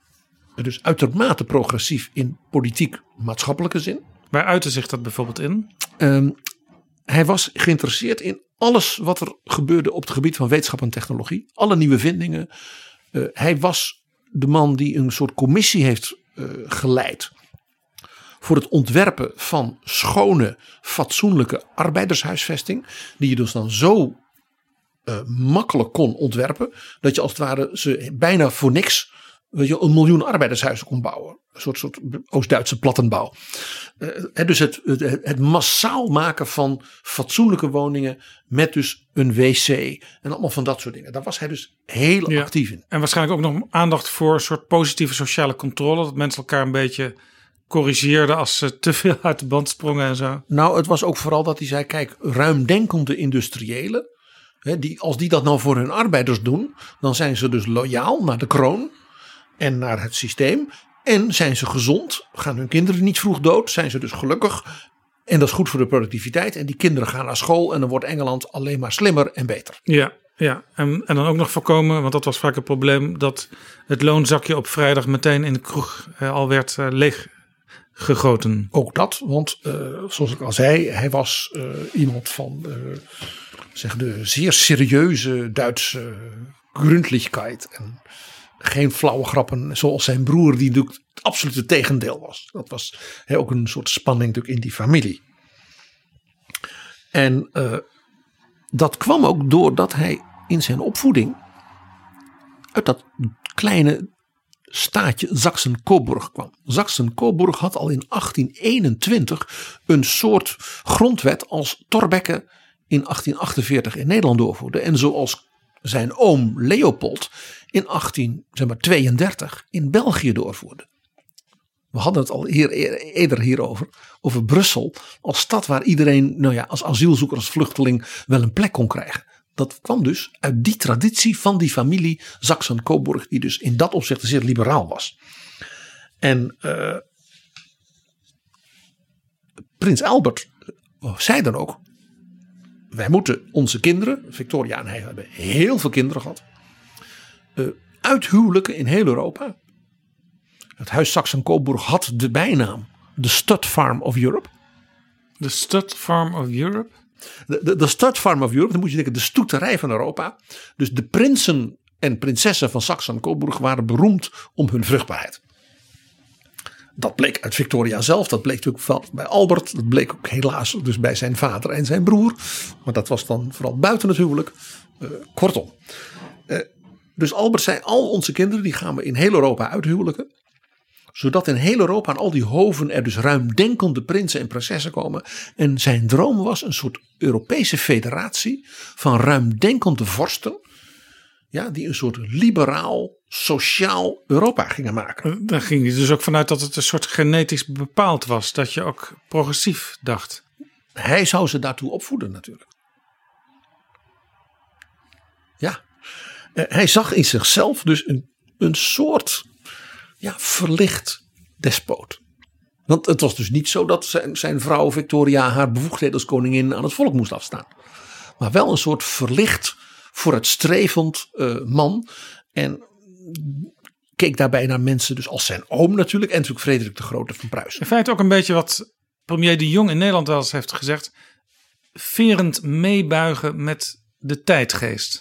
dus uitermate progressief in politiek-maatschappelijke zin. Waar uitte zich dat bijvoorbeeld in? Um, hij was geïnteresseerd in alles wat er gebeurde op het gebied van wetenschap en technologie. Alle nieuwe vindingen. Uh, hij was de man die een soort commissie heeft uh, geleid voor het ontwerpen van schone, fatsoenlijke arbeidershuisvesting. Die je dus dan zo uh, makkelijk kon ontwerpen. Dat je als het ware ze bijna voor niks weet je, een miljoen arbeidershuizen kon bouwen. Een soort, soort Oost-Duitse plattenbouw. Uh, dus het, het, het massaal maken van fatsoenlijke woningen met dus een wc en allemaal van dat soort dingen. Daar was hij dus heel ja. actief in. En waarschijnlijk ook nog aandacht voor een soort positieve sociale controle. Dat mensen elkaar een beetje corrigeerden als ze te veel uit de band sprongen en zo. Nou, het was ook vooral dat hij zei, kijk, ruimdenkende industriëlen, hè, die, als die dat nou voor hun arbeiders doen, dan zijn ze dus loyaal naar de kroon en naar het systeem. En zijn ze gezond, gaan hun kinderen niet vroeg dood, zijn ze dus gelukkig. En dat is goed voor de productiviteit. En die kinderen gaan naar school en dan wordt Engeland alleen maar slimmer en beter. Ja, ja. En, en dan ook nog voorkomen, want dat was vaak een probleem, dat het loonzakje op vrijdag meteen in de kroeg eh, al werd uh, leeggegoten. Ook dat, want uh, zoals ik al zei, hij was uh, iemand van uh, zeg de zeer serieuze Duitse gründlichkeit en geen flauwe grappen zoals zijn broer die natuurlijk het absolute tegendeel was. Dat was he, ook een soort spanning natuurlijk in die familie. En uh, dat kwam ook doordat hij in zijn opvoeding uit dat kleine staatje Sachsen-Coburg kwam. Sachsen-Coburg had al in achttien eenentwintig een soort grondwet als Thorbecke in achttien achtenveertig in Nederland doorvoerde. En zoals zijn oom Leopold in achttien tweeëndertig in België doorvoerde. We hadden het al hier, eerder hierover, over Brussel als stad waar iedereen nou ja, als asielzoeker, als vluchteling wel een plek kon krijgen. Dat kwam dus uit die traditie van die familie Sachsen-Coburg, die dus in dat opzicht zeer liberaal was. En uh, prins Albert zei dan ook, wij moeten onze kinderen, Victoria en hij hebben heel veel kinderen gehad, uh, uithuwelijken in heel Europa. Het huis Sachsen-Coburg had de bijnaam de Stud Farm of Europe. De Stud Farm of Europe? De, de, de Stud Farm of Europe, dan moet je denken de stoeterij van Europa. Dus de prinsen en prinsessen van Sachsen-Coburg waren beroemd om hun vruchtbaarheid. Dat bleek uit Victoria zelf, dat bleek natuurlijk bij Albert, dat bleek ook helaas dus bij zijn vader en zijn broer. Maar dat was dan vooral buiten het huwelijk. Uh, kortom. Uh, dus Albert zei, al onze kinderen die gaan we in heel Europa uithuwelijken. Zodat in heel Europa aan al die hoven er dus ruimdenkende prinsen en prinsessen komen. En zijn droom was een soort Europese federatie van ruimdenkende vorsten. Ja, die een soort liberaal, sociaal Europa gingen maken. Daar ging hij dus ook vanuit dat het een soort genetisch bepaald was. Dat je ook progressief dacht. Hij zou ze daartoe opvoeden natuurlijk. Ja. Hij zag in zichzelf dus een, een soort ja, verlicht despoot. Want het was dus niet zo dat zijn, zijn vrouw Victoria haar bevoegdheid als koningin aan het volk moest afstaan. Maar wel een soort verlicht, vooruitstrevend uh, man. En keek daarbij naar mensen dus als zijn oom natuurlijk. En natuurlijk Frederik de Grote van Pruisen. In feite ook een beetje wat premier De Jong in Nederland wel eens heeft gezegd. verend meebuigen met de tijdgeest?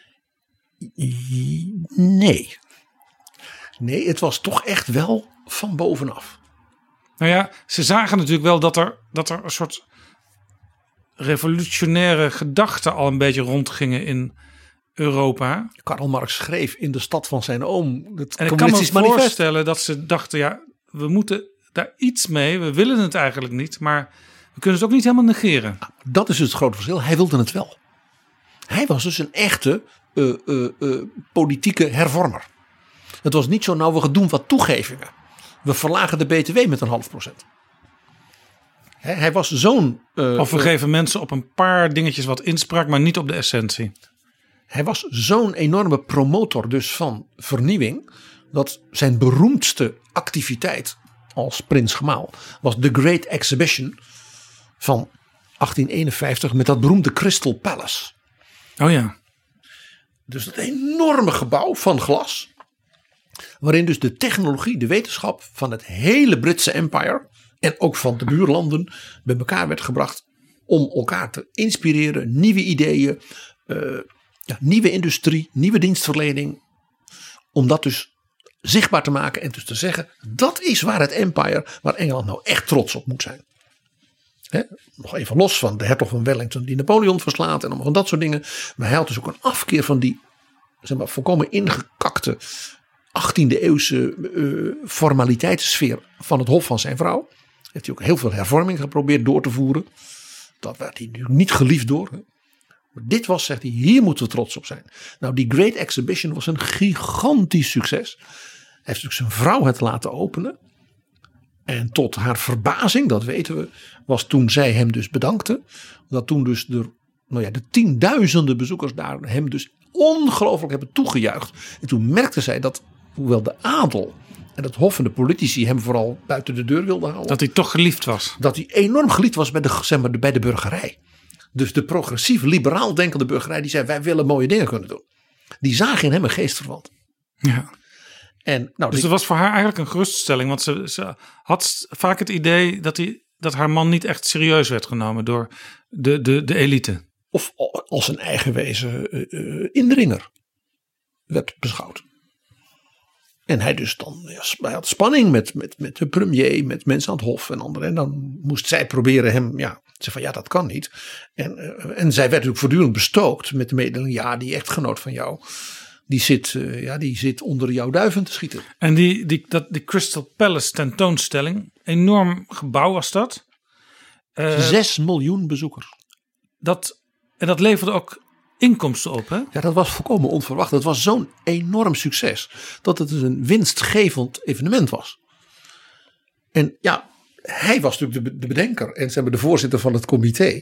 Nee. Nee, het was toch echt wel van bovenaf. Nou ja, ze zagen natuurlijk wel dat er, dat er een soort revolutionaire gedachten al een beetje rondgingen in Europa. Karl Marx schreef in de stad van zijn oom het En ik kan me communistisch manifest. voorstellen dat ze dachten, ja, we moeten daar iets mee. We willen het eigenlijk niet, maar we kunnen het ook niet helemaal negeren. Dat is het grote verschil. Hij wilde het wel. Hij was dus een echte uh, uh, uh, politieke hervormer. Het was niet zo, nou we gaan doen wat toegevingen. We verlagen de B T W met een half procent. He, hij was zo'n... Uh, Of we geven mensen op een paar dingetjes wat inspraak, maar niet op de essentie. Hij was zo'n enorme promotor dus van vernieuwing, dat zijn beroemdste activiteit als prins gemaal was The Great Exhibition van achttien eenenvijftig met dat beroemde Crystal Palace. Oh ja. Dus dat enorme gebouw van glas, waarin dus de technologie, de wetenschap van het hele Britse Empire en ook van de buurlanden bij elkaar werd gebracht om elkaar te inspireren, nieuwe ideeën, uh, ja, nieuwe industrie, nieuwe dienstverlening, om dat dus zichtbaar te maken en dus te zeggen, dat is waar het Empire, waar Engeland nou echt trots op moet zijn. He, nog even los van de hertog van Wellington die Napoleon verslaat en allemaal van dat soort dingen. Maar hij had dus ook een afkeer van die, zeg maar, volkomen ingekakte achttiende eeuwse uh, formaliteitssfeer van het hof van zijn vrouw. Heeft hij ook heel veel hervorming geprobeerd door te voeren. Dat werd hij natuurlijk niet geliefd door. Hè. Maar dit was, zegt hij, hier moeten we trots op zijn. Nou, die Great Exhibition was een gigantisch succes. Hij heeft natuurlijk zijn vrouw het laten openen. En tot haar verbazing, dat weten we, was toen zij hem dus bedankte. Dat toen dus de, nou ja, de tienduizenden bezoekers daar hem dus ongelooflijk hebben toegejuicht. En toen merkte zij dat, hoewel de adel en het hof en de politici hem vooral buiten de deur wilden houden. Dat hij toch geliefd was. Dat hij enorm geliefd was bij de, zeg maar, bij de burgerij. Dus de progressief, liberaal denkende burgerij, die zei, wij willen mooie dingen kunnen doen. Die zagen in hem een geestverwant. Ja. En, nou, dus dat was voor haar eigenlijk een geruststelling. Want ze, ze had vaak het idee dat, hij, dat haar man niet echt serieus werd genomen door de, de, de elite. Of als een eigenwezen uh, uh, indringer werd beschouwd. En hij dus dan, ja, hij had spanning met, met, met de premier, met mensen aan het hof en anderen. En dan moest zij proberen hem, ja, te zeggen van ja, dat kan niet. En, uh, en zij werd natuurlijk voortdurend bestookt met de mededeling, ja, die echtgenoot van jou, die zit, uh, ja, die zit onder jouw duiven te schieten. En die, die, dat, die Crystal Palace tentoonstelling, enorm gebouw was dat. Uh, Zes miljoen bezoekers. Dat, en dat leverde ook inkomsten op, hè? Ja, dat was volkomen onverwacht. Dat was zo'n enorm succes dat het dus een winstgevend evenement was. En ja, hij was natuurlijk de bedenker en ze hebben de voorzitter van het comité.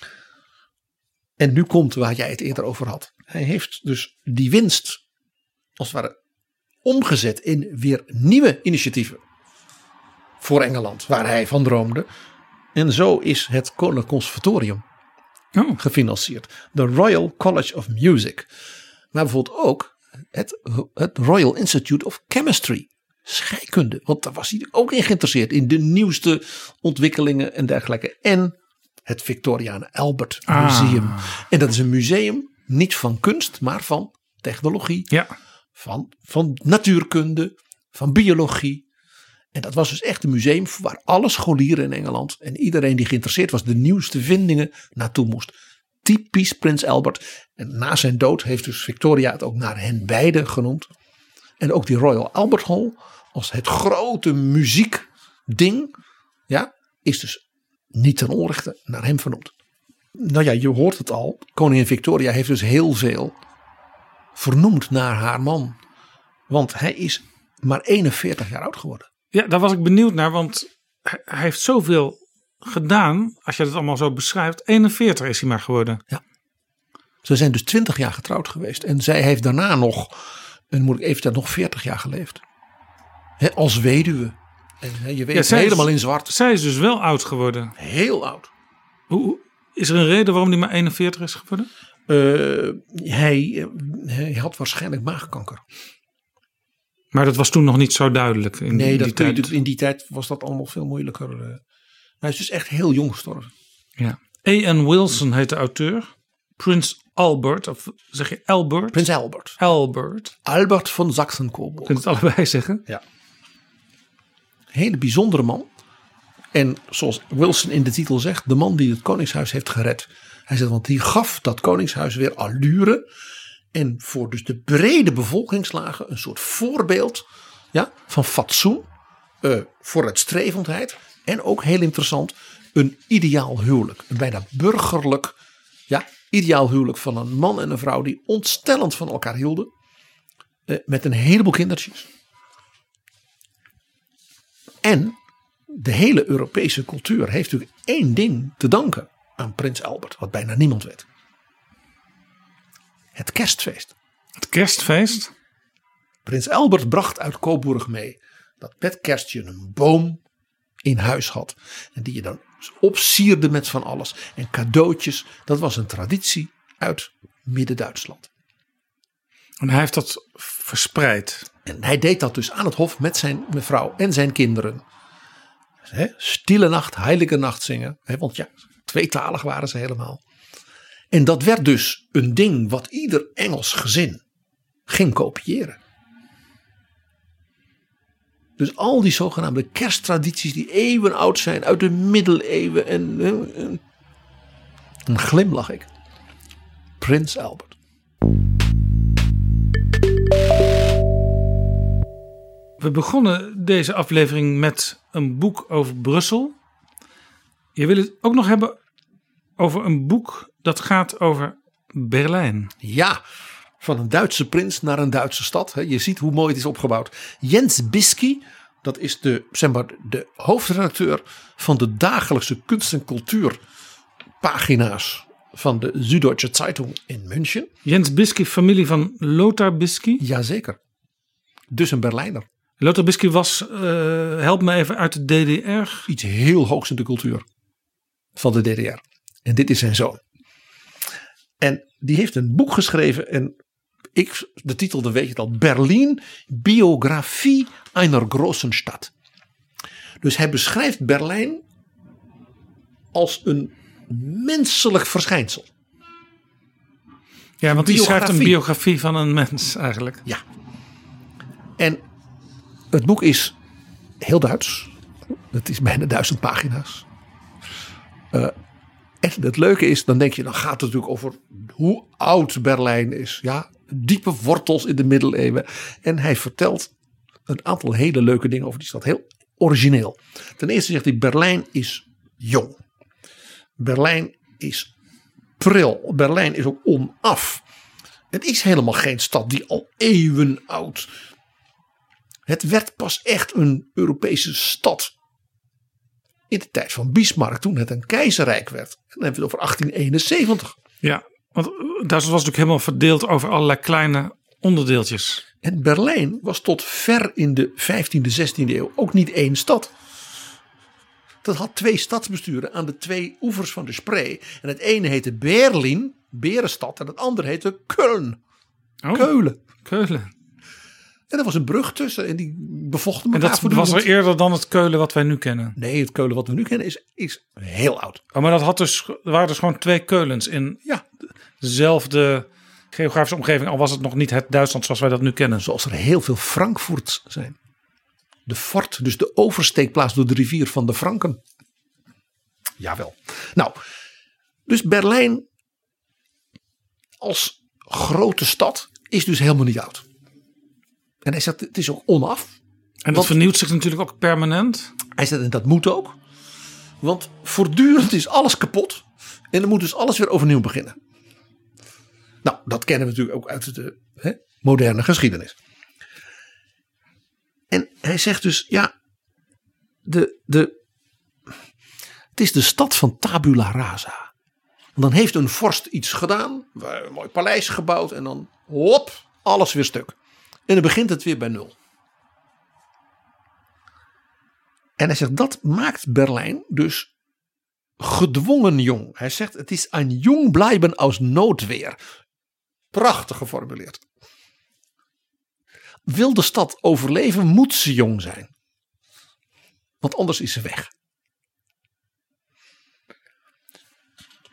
En nu komt waar jij het eerder over had. Hij heeft dus die winst als het ware omgezet in weer nieuwe initiatieven voor Engeland, waar hij van droomde. En zo is het Koninklijk Conservatorium oh. gefinancierd. De Royal College of Music. Maar bijvoorbeeld ook het, het Royal Institute of Chemistry. Scheikunde. Want daar was hij ook in geïnteresseerd. In de nieuwste ontwikkelingen en dergelijke. En het Victoriane Albert Museum. Ah. En dat is een museum niet van kunst, maar van technologie. Ja. Van, van natuurkunde. Van biologie. En dat was dus echt een museum waar alle scholieren in Engeland en iedereen die geïnteresseerd was de nieuwste vindingen naartoe moest. Typisch Prins Albert. En na zijn dood heeft dus Victoria het ook naar hen beiden genoemd. En ook die Royal Albert Hall als het grote muziekding, ja, is dus niet ten onrechte naar hem vernoemd. Nou ja, je hoort het al. Koningin Victoria heeft dus heel veel vernoemd naar haar man. Want hij is maar eenenveertig jaar oud geworden. Ja, daar was ik benieuwd naar, want hij heeft zoveel gedaan, als je het allemaal zo beschrijft. eenenveertig is hij maar geworden. Ja. Ze zijn dus twintig jaar getrouwd geweest. En zij heeft daarna nog, en moet ik even dat nog veertig jaar geleefd. He, als weduwe. En he, je weet ja, helemaal is, in zwart. Zij is dus wel oud geworden. Heel oud. Hoe, is er een reden waarom hij maar eenenveertig is geworden? Uh, hij, hij had waarschijnlijk maagkanker. Maar dat was toen nog niet zo duidelijk. In nee, die dat tijd. in die tijd was dat allemaal veel moeilijker. Hij is dus echt heel jong gestorven. Ja. A N Wilson heet de auteur. Prins Albert, of zeg je Albert? Prins Albert. Albert. Albert van Saxe-Coburg. Je kunt het allebei zeggen. Ja. Hele bijzondere man. En zoals Wilson in de titel zegt, de man die het koningshuis heeft gered. Hij zegt, want die gaf dat koningshuis weer allure. En voor dus de brede bevolkingslagen een soort voorbeeld, ja, van fatsoen, uh, vooruitstrevendheid. En ook heel interessant, een ideaal huwelijk. Een bijna burgerlijk, ja, ideaal huwelijk van een man en een vrouw die ontstellend van elkaar hielden. Uh, met een heleboel kindertjes. En de hele Europese cultuur heeft natuurlijk één ding te danken aan Prins Albert, wat bijna niemand weet. Het kerstfeest. Het kerstfeest? Prins Albert bracht uit Coburg mee dat met kerst je een boom in huis had. En die je dan opsierde met van alles. En cadeautjes, dat was een traditie uit Midden-Duitsland. En hij heeft dat verspreid. En hij deed dat dus aan het hof met zijn mevrouw en zijn kinderen. He, stille nacht, heilige nacht zingen. He, want ja, tweetalig waren ze helemaal. En dat werd dus een ding wat ieder Engels gezin ging kopiëren. Dus al die zogenaamde kersttradities die eeuwen oud zijn, uit de middeleeuwen. En, en, en dan glimlach ik. Prins Albert. We begonnen deze aflevering met een boek over Brussel. Je wil het ook nog hebben over een boek dat gaat over Berlijn. Ja, van een Duitse prins naar een Duitse stad. Je ziet hoe mooi het is opgebouwd. Jens Bisky, dat is de, zeg maar, de hoofdredacteur van de dagelijkse kunst- en cultuurpagina's van de Süddeutsche Zeitung in München. Jens Bisky, familie van Lothar Bisky. Jazeker. Dus een Berlijner. Lothar Bisky was, uh, help me even, uit de D D R. Iets heel hoogs in de cultuur van de D D R. En dit is zijn zoon. En die heeft een boek geschreven. En ik, de titel, dan weet je het al. Berlin, Biografie einer großen Stadt. Dus hij beschrijft Berlijn als een menselijk verschijnsel. Ja, want hij schrijft een biografie van een mens eigenlijk. Ja. En het boek is heel Duits. Het is bijna duizend pagina's. Uh, en het leuke is, dan denk je, dan gaat het natuurlijk over hoe oud Berlijn is. Ja, diepe wortels in de middeleeuwen. En hij vertelt een aantal hele leuke dingen over die stad. Heel origineel. Ten eerste zegt hij, Berlijn is jong. Berlijn is pril. Berlijn is ook onaf. Het is helemaal geen stad die al eeuwen oud. Het werd pas echt een Europese stad in de tijd van Bismarck, toen het een keizerrijk werd. En dan hebben we het over achttien eenenzeventig. Ja, want Duitsland was natuurlijk helemaal verdeeld over allerlei kleine onderdeeltjes. En Berlijn was tot ver in de vijftiende, zestiende eeuw ook niet één stad. Dat had twee stadsbesturen aan de twee oevers van de Spree. En het ene heette Berlin, Berenstad, en het andere heette Köln. Oh, Keulen. Keulen. En er was een brug tussen en die bevochten elkaar. En dat was er eerder dan het Keulen wat wij nu kennen? Nee, het Keulen wat we nu kennen is, is heel oud. Oh, maar dat had dus, er waren dus gewoon twee Keulens in ja. dezelfde geografische omgeving. Al was het nog niet het Duitsland zoals wij dat nu kennen. Zoals er heel veel Frankfurts zijn. De fort, dus de oversteekplaats door de rivier van de Franken. Jawel. Nou, dus Berlijn als grote stad is dus helemaal niet oud. En hij zegt, het is ook onaf. En dat vernieuwt zich natuurlijk ook permanent. Hij zegt, en dat moet ook. Want voortdurend is alles kapot. En dan moet dus alles weer overnieuw beginnen. Nou, dat kennen we natuurlijk ook uit de hè, moderne geschiedenis. En hij zegt dus, ja, de, de, het is de stad van tabula rasa. Want dan heeft een vorst iets gedaan, een mooi paleis gebouwd en dan hop, alles weer stuk. En dan begint het weer bij nul. En hij zegt, dat maakt Berlijn dus gedwongen jong. Hij zegt, het is een jong blijven aus noodweer. Prachtig geformuleerd. Wil de stad overleven, moet ze jong zijn. Want anders is ze weg.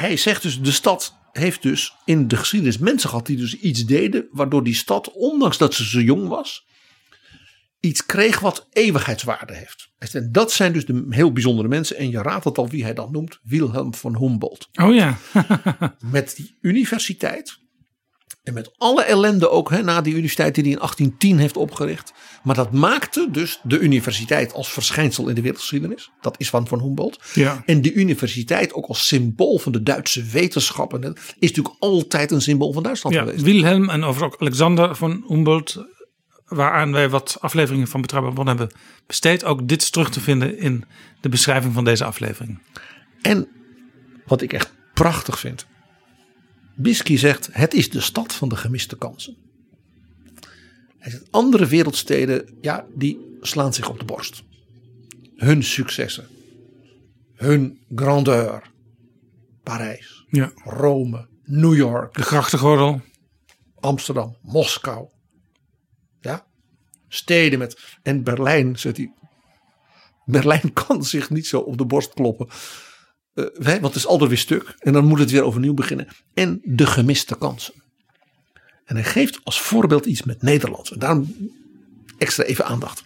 hij zegt dus, de stad heeft dus in de geschiedenis mensen gehad die dus iets deden, waardoor die stad, ondanks dat ze zo jong was, iets kreeg wat eeuwigheidswaarde heeft. En dat zijn dus de heel bijzondere mensen. En je raadt het al wie hij dan noemt. Wilhelm von Humboldt. Oh ja. Met die universiteit. En met alle ellende ook hè, na die universiteit die hij in achttien tien heeft opgericht. Maar dat maakte dus de universiteit als verschijnsel in de wereldgeschiedenis. Dat is van von Humboldt. Ja. En de universiteit ook als symbool van de Duitse wetenschappen. Is natuurlijk altijd een symbool van Duitsland Ja, geweest. Wilhelm en overigens ook Alexander von Humboldt, waaraan wij wat afleveringen van Betrouwbare Bronnen hebben besteed. Ook dit is terug te vinden in de beschrijving van deze aflevering. En wat ik echt prachtig vind. Bisky zegt, het is de stad van de gemiste kansen. Hij zegt, andere wereldsteden, ja, die slaan zich op de borst. Hun successen. Hun grandeur. Parijs. Ja. Rome. New York. De grachtengordel. Amsterdam. Moskou. Ja. Steden met. En Berlijn, zegt hij. Berlijn kan zich niet zo op de borst kloppen. Uh, want het is altijd weer stuk. En dan moet het weer overnieuw beginnen. En de gemiste kansen. En hij geeft als voorbeeld iets met Nederland. En daarom extra even aandacht.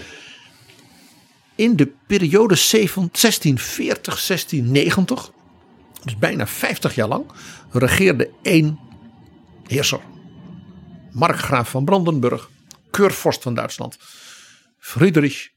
In de periode zestien veertig, zestien negentig. Dus bijna vijftig jaar lang. Regeerde één heerser. Markgraaf van Brandenburg. Keurvorst van Duitsland. Friedrich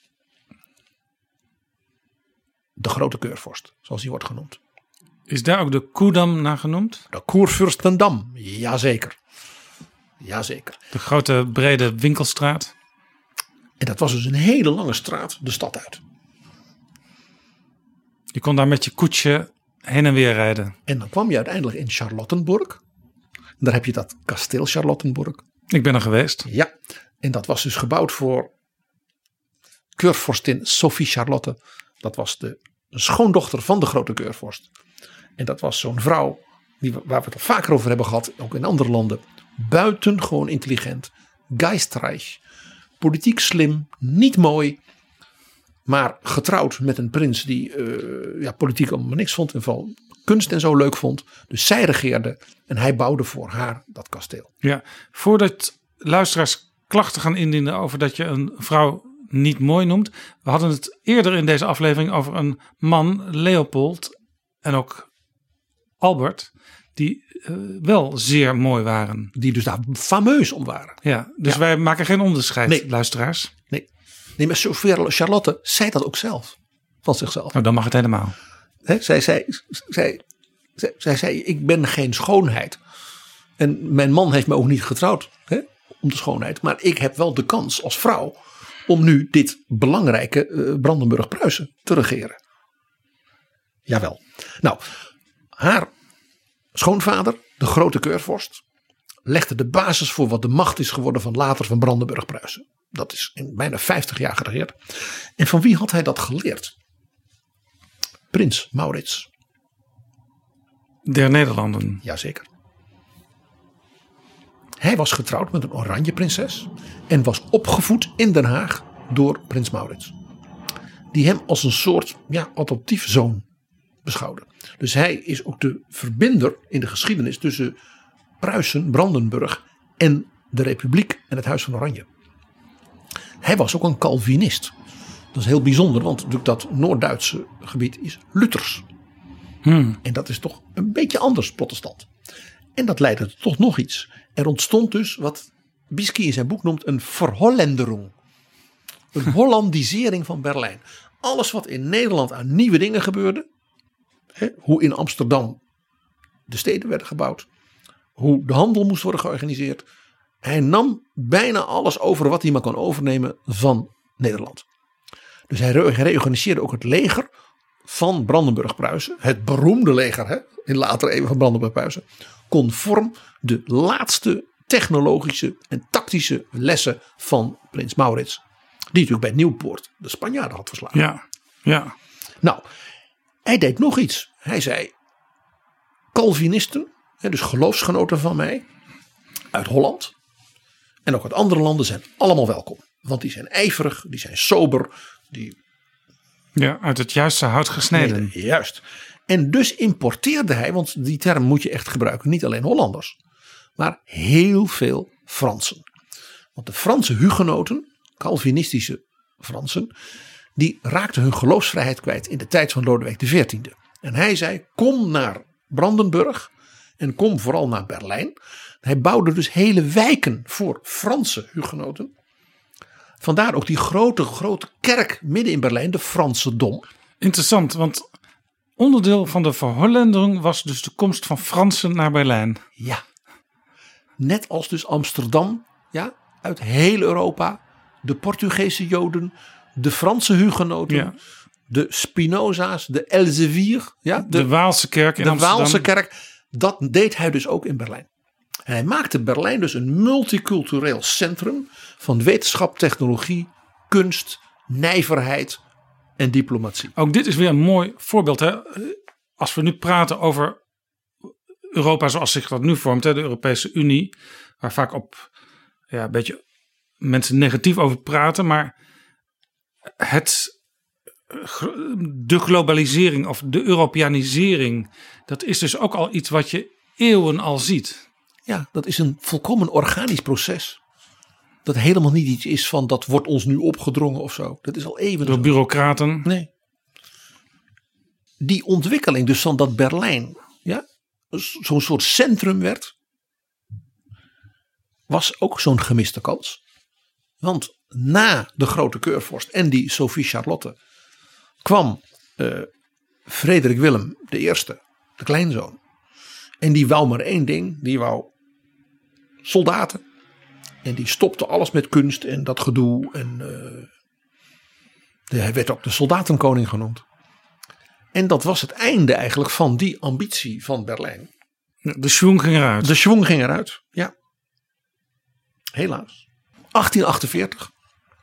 de grote keurvorst, zoals hij wordt genoemd. Is daar ook de Koedam naar genoemd? De Koerfürstendam, jazeker. Jazeker. De grote brede winkelstraat. En dat was dus een hele lange straat de stad uit. Je kon daar met je koetsje heen en weer rijden. En dan kwam je uiteindelijk in Charlottenburg. Daar heb je dat kasteel Charlottenburg. Ik ben er geweest. Ja, en dat was dus gebouwd voor keurvorstin Sophie Charlotte. Dat was de schoondochter van de grote keurvorst. En dat was zo'n vrouw die, waar we het al vaker over hebben gehad, ook in andere landen. Buitengewoon intelligent, geistreich, politiek slim, niet mooi. Maar getrouwd met een prins die uh, ja, politiek allemaal niks vond. En vooral kunst en zo leuk vond. Dus zij regeerde en hij bouwde voor haar dat kasteel. Ja, voordat luisteraars klachten gaan indienen over dat je een vrouw niet mooi noemt. We hadden het eerder in deze aflevering over een man, Leopold en ook Albert, die uh, wel zeer mooi waren. Die dus daar fameus om waren. Ja, dus ja. wij maken geen onderscheid, nee. luisteraars. Nee, nee, maar Sophie Charlotte zei dat ook zelf. Van zichzelf. Nou, dan mag het helemaal. He, zij, zij, zij, zij, zij zei, ik ben geen schoonheid. En mijn man heeft me ook niet getrouwd he, om de schoonheid. Maar ik heb wel de kans als vrouw om nu dit belangrijke uh, Brandenburg-Pruisen te regeren. Jawel. Nou, haar schoonvader, de grote keurvorst, legde de basis voor wat de macht is geworden van later van Brandenburg-Pruisen. Dat is in bijna vijftig jaar geregeerd. En van wie had hij dat geleerd? Prins Maurits. Der Nederlanden. Jazeker. Hij was getrouwd met een oranje prinses en was opgevoed in Den Haag door prins Maurits. Die hem als een soort ja, adoptiefzoon beschouwde. Dus hij is ook de verbinder in de geschiedenis tussen Pruisen, Brandenburg en de Republiek en het Huis van Oranje. Hij was ook een Calvinist. Dat is heel bijzonder, want natuurlijk dat Noord-Duitse gebied is Luthers. Hmm. En dat is toch een beetje anders protestant. En dat leidde tot toch nog iets. Er ontstond dus wat Bisky in zijn boek noemt een verhollenderung. Een hollandisering van Berlijn. Alles wat in Nederland aan nieuwe dingen gebeurde. Hè, hoe in Amsterdam de steden werden gebouwd. Hoe de handel moest worden georganiseerd. Hij nam bijna alles over wat hij maar kon overnemen van Nederland. Dus hij reorganiseerde ook het leger van Brandenburg-Pruisen. Het beroemde leger hè, in latere eeuwen van Brandenburg-Pruisen. Conform de laatste technologische en tactische lessen van prins Maurits. Die natuurlijk bij Nieuwpoort de Spanjaarden had verslagen. Ja, ja. Nou, hij deed nog iets. Hij zei, Calvinisten, dus geloofsgenoten van mij, uit Holland en ook uit andere landen zijn allemaal welkom. Want die zijn ijverig, die zijn sober, die Ja, uit het juiste hout gesneden. Nee, juist. En dus importeerde hij, want die term moet je echt gebruiken, niet alleen Hollanders, maar heel veel Fransen. Want de Franse hugenoten, Calvinistische Fransen, die raakten hun geloofsvrijheid kwijt in de tijd van Lodewijk de veertiende. En hij zei, kom naar Brandenburg en kom vooral naar Berlijn. Hij bouwde dus hele wijken voor Franse hugenoten. Vandaar ook die grote, grote kerk midden in Berlijn, de Franse Dom. Interessant, want onderdeel van de verhollendering was dus de komst van Fransen naar Berlijn. Ja, net als dus Amsterdam, ja, uit heel Europa, de Portugese Joden, de Franse hugenoten, ja. de Spinoza's, de Elsevier, ja, de, de Waalse kerk in de Amsterdam. Waalse kerk, dat deed hij dus ook in Berlijn. En hij maakte Berlijn dus een multicultureel centrum van wetenschap, technologie, kunst, nijverheid en diplomatie. Ook dit is weer een mooi voorbeeld. Hè? Als we nu praten over Europa zoals zich dat nu vormt, hè? De Europese Unie, waar vaak op ja, een beetje mensen negatief over praten, maar het, de globalisering of de Europeanisering, dat is dus ook al iets wat je eeuwen al ziet. Ja, dat is een volkomen organisch proces. Dat helemaal niet iets is van dat wordt ons nu opgedrongen of zo. Dat is al even door zo. bureaucraten. Nee. Die ontwikkeling dus van dat Berlijn, ja, zo'n soort centrum werd, was ook zo'n gemiste kans. Want na de grote keurvorst en die Sophie Charlotte kwam uh, Frederik Willem de Eerste, de kleinzoon. En die wou maar één ding, die wou soldaten. En die stopte alles met kunst en dat gedoe. En uh, de, hij werd ook de soldatenkoning genoemd. En dat was het einde eigenlijk van die ambitie van Berlijn. De schwung ging eruit. De schwung ging eruit, ja. Helaas. achttien achtenveertig.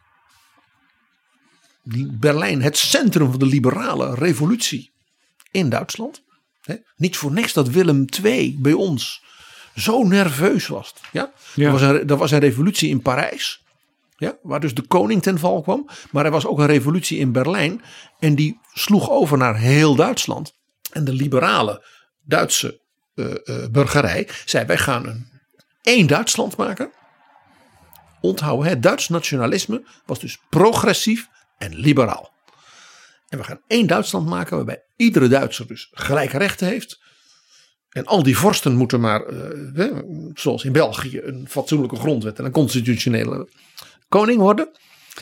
Die Berlijn, het centrum van de liberale revolutie in Duitsland. He, niet voor niks dat Willem de Tweede bij ons zo nerveus was. Ja? Ja. Er, was een, er was een revolutie in Parijs. Ja, waar dus de koning ten val kwam. Maar er was ook een revolutie in Berlijn. En die sloeg over naar heel Duitsland. En de liberale Duitse uh, uh, burgerij zei, wij gaan een één Duitsland maken. Onthouden, het Duits nationalisme was dus progressief en liberaal. En we gaan één Duitsland maken waarbij iedere Duitser dus gelijke rechten heeft. En al die vorsten moeten maar, uh, zoals in België, een fatsoenlijke grondwet en een constitutionele koning worden.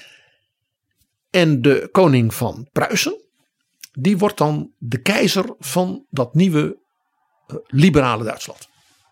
En de koning van Pruisen, die wordt dan de keizer van dat nieuwe uh, liberale Duitsland.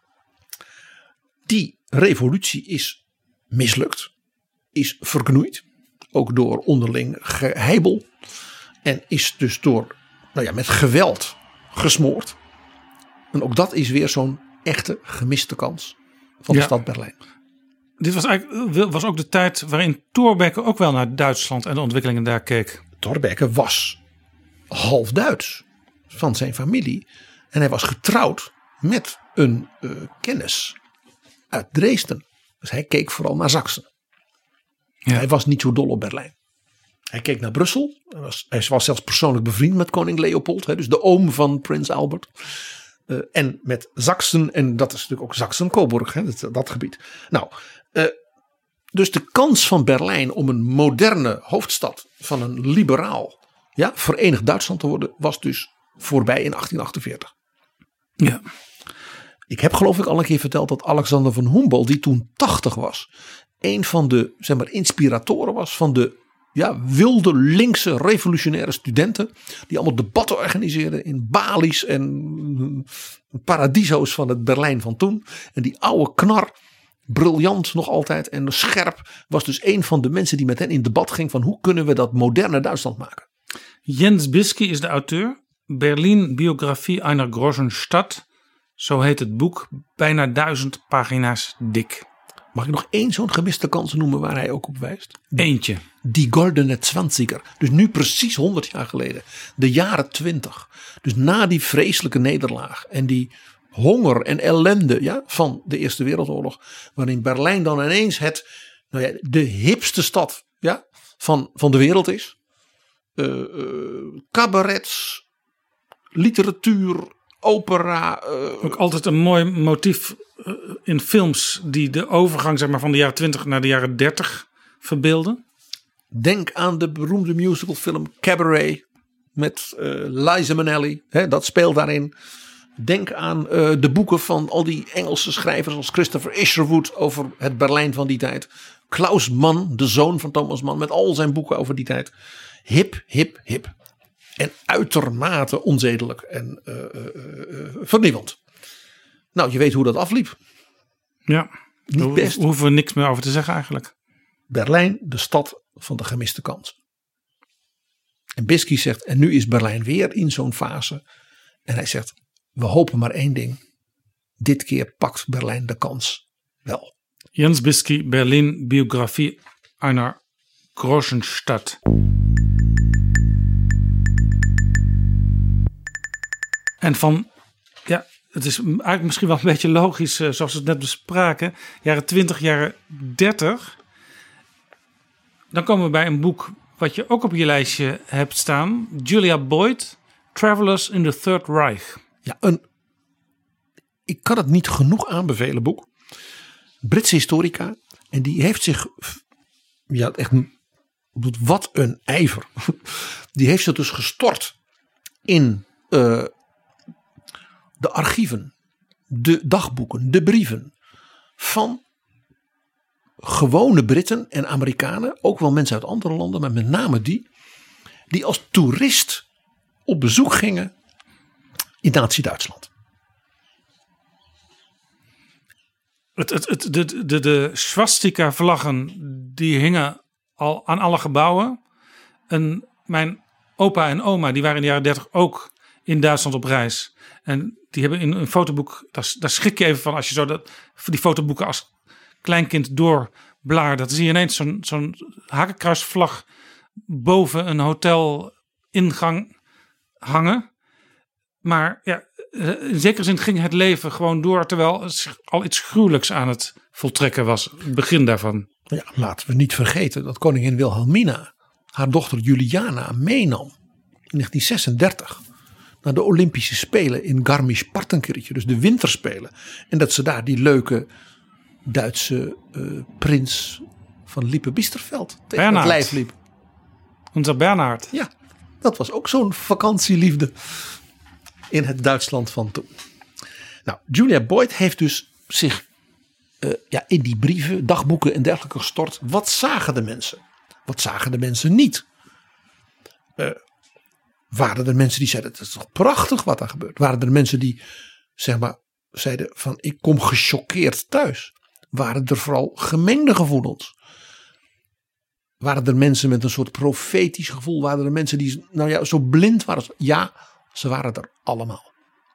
Die revolutie is mislukt, is verknoeid, ook door onderling geheibel. En is dus door, nou ja, met geweld gesmoord. En ook dat is weer zo'n echte gemiste kans van de ja. stad Berlijn. Dit was eigenlijk was ook de tijd waarin Thorbecke ook wel naar Duitsland en de ontwikkelingen daar keek. Thorbecke was half Duits van zijn familie. En hij was getrouwd met een uh, kennis uit Dresden. Dus hij keek vooral naar Saksen. Ja. Hij was niet zo dol op Berlijn. Hij keek naar Brussel. Hij was, hij was zelfs persoonlijk bevriend met koning Leopold. Hè, dus de oom van prins Albert. Uh, en met Saksen. En dat is natuurlijk ook Saksen-Coburg. Hè, dat, dat gebied. Nou, uh, dus de kans van Berlijn om een moderne hoofdstad van een liberaal, ja, verenigd Duitsland te worden, was dus voorbij in achttien achtenveertig. Ja. Ik heb geloof ik al een keer verteld dat Alexander van Humboldt, die toen tachtig was, een van de, zeg maar, inspiratoren was van de ja, wilde linkse revolutionaire studenten. Die allemaal debatten organiseerden in Bali's en paradiso's van het Berlijn van toen. En die oude knar, briljant nog altijd en scherp, was dus een van de mensen die met hen in debat ging van hoe kunnen we dat moderne Duitsland maken. Jens Bisky is de auteur. Berlin, biografie einer großen Stadt. Zo heet het boek. Bijna duizend pagina's dik. Mag ik nog één zo'n gemiste kans noemen waar hij ook op wijst? Eentje. Die Goldene Zwanziger. Dus nu precies honderd jaar geleden. De jaren twintig. Dus na die vreselijke nederlaag. En die honger en ellende, ja, van de Eerste Wereldoorlog. Waarin Berlijn dan ineens het, nou ja, de hipste stad, ja, van, van de wereld is. uh, uh, cabarets, literatuur, opera. Uh, Ook altijd een mooi motief uh, in films die de overgang zeg maar, van de jaren twintig naar de jaren dertig verbeelden. Denk aan de beroemde musicalfilm Cabaret met uh, Liza Minnelli. Hè, dat speelt daarin. Denk aan uh, de boeken van al die Engelse schrijvers als Christopher Isherwood over het Berlijn van die tijd. Klaus Mann, de zoon van Thomas Mann, met al zijn boeken over die tijd. Hip, hip, hip. En uitermate onzedelijk en uh, uh, uh, vernieuwend. Nou, je weet hoe dat afliep. Ja, niet daar best. hoeven we niks meer over te zeggen eigenlijk. Berlijn, de stad van de gemiste kans. En Bisky zegt, en nu is Berlijn weer in zo'n fase. En hij zegt, we hopen maar één ding. Dit keer pakt Berlijn de kans wel. Jens Bisky, Berlin, Biografie einer großen Stadt. En van, ja, het is eigenlijk misschien wel een beetje logisch, zoals we het net bespraken. Jaren twintig, jaren dertig. Dan komen we bij een boek wat je ook op je lijstje hebt staan. Julia Boyd, Travelers in the Third Reich. Ja, een, ik kan het niet genoeg aanbevelen boek. Britse historica. En die heeft zich, ja echt, wat een ijver. Die heeft zich dus gestort in uh, de archieven, de dagboeken, de brieven van gewone Britten en Amerikanen. Ook wel mensen uit andere landen, maar met name die. Die als toerist op bezoek gingen in Nazi-Duitsland. Het, het, het, de, de, de swastika-vlaggen die hingen al aan alle gebouwen. En mijn opa en oma die waren in de jaren dertig ook in Duitsland op reis. En die hebben in een fotoboek, daar, daar schrik je even van als je zo dat, die fotoboeken als kleinkind doorblaart. Dan zie je ineens zo'n, zo'n hakenkruisvlag boven een hotelingang hangen. Maar ja, in zekere zin ging het leven gewoon door, terwijl het al iets gruwelijks aan het voltrekken was. Het begin daarvan. Ja, laten we niet vergeten dat koningin Wilhelmina haar dochter Juliana meenam in negentien zesendertig naar de Olympische Spelen in Garmisch-Partenkirchen, dus de winterspelen. En dat ze daar die leuke Duitse uh, prins van Lippe-Biesterveld tegen het lijf liep. Onze Bernhard. Ja, dat was ook zo'n vakantieliefde in het Duitsland van toen. Nou, Julia Boyd heeft dus zich uh, ja, in die brieven, dagboeken en dergelijke gestort. Wat zagen de mensen? Wat zagen de mensen niet? Uh, waren er mensen die zeiden, het is toch prachtig wat er gebeurt? Waren er mensen die, zeg maar, zeiden van, ik kom gechoqueerd thuis? Waren er vooral gemengde gevoelens? Waren er mensen met een soort profetisch gevoel? Waren er mensen die, nou ja, zo blind waren? Ja, ze waren er allemaal.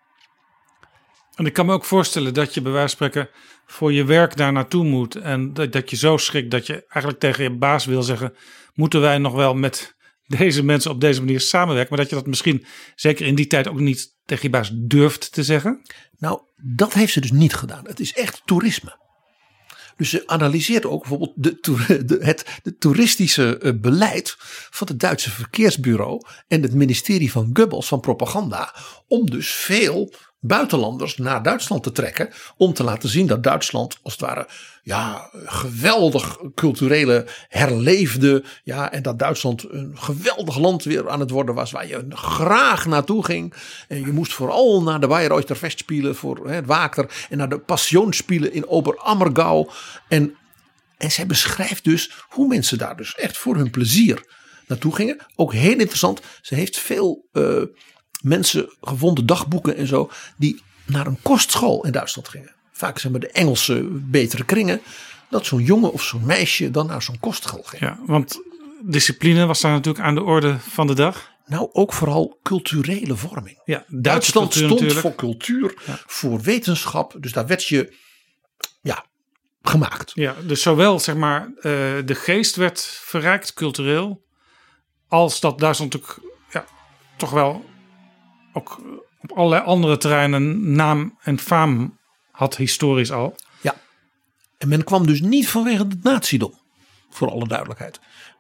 En ik kan me ook voorstellen dat je bij wijze van spreken voor je werk daar naartoe moet. En dat, dat je zo schrikt dat je eigenlijk tegen je baas wil zeggen, moeten wij nog wel met deze mensen op deze manier samenwerken? Maar dat je dat misschien zeker in die tijd ook niet tegen je baas durft te zeggen? Nou, dat heeft ze dus niet gedaan. Het is echt toerisme. Dus ze analyseert ook bijvoorbeeld de, de, het de toeristische beleid van het Duitse verkeersbureau en het ministerie van Goebbels van propaganda. Om dus veel buitenlanders naar Duitsland te trekken. Om te laten zien dat Duitsland als het ware ja, geweldig culturele herleefde. Ja, en dat Duitsland een geweldig land weer aan het worden was. Waar je graag naartoe ging. En je moest vooral naar de Bayreuther Festspielen voor het Waker. En naar de Passionsspielen in Oberammergau. En, en zij beschrijft dus hoe mensen daar dus echt voor hun plezier naartoe gingen. Ook heel interessant. Ze heeft veel Uh, mensen gevonden, dagboeken en zo, die naar een kostschool in Duitsland gingen. Vaak zijn maar de Engelse betere kringen, dat zo'n jongen of zo'n meisje dan naar zo'n kostschool ging. Ja, want discipline was daar natuurlijk aan de orde van de dag. Nou, ook vooral culturele vorming. Ja, Duitsland stond natuurlijk voor cultuur, ja, voor wetenschap, dus daar werd je ja, gemaakt. Ja, dus zowel zeg maar uh, de geest werd verrijkt cultureel, als dat Duitsland natuurlijk ja, toch wel ook op allerlei andere terreinen naam en faam had historisch al. Ja, en men kwam dus niet vanwege het nazidom, voor alle duidelijkheid.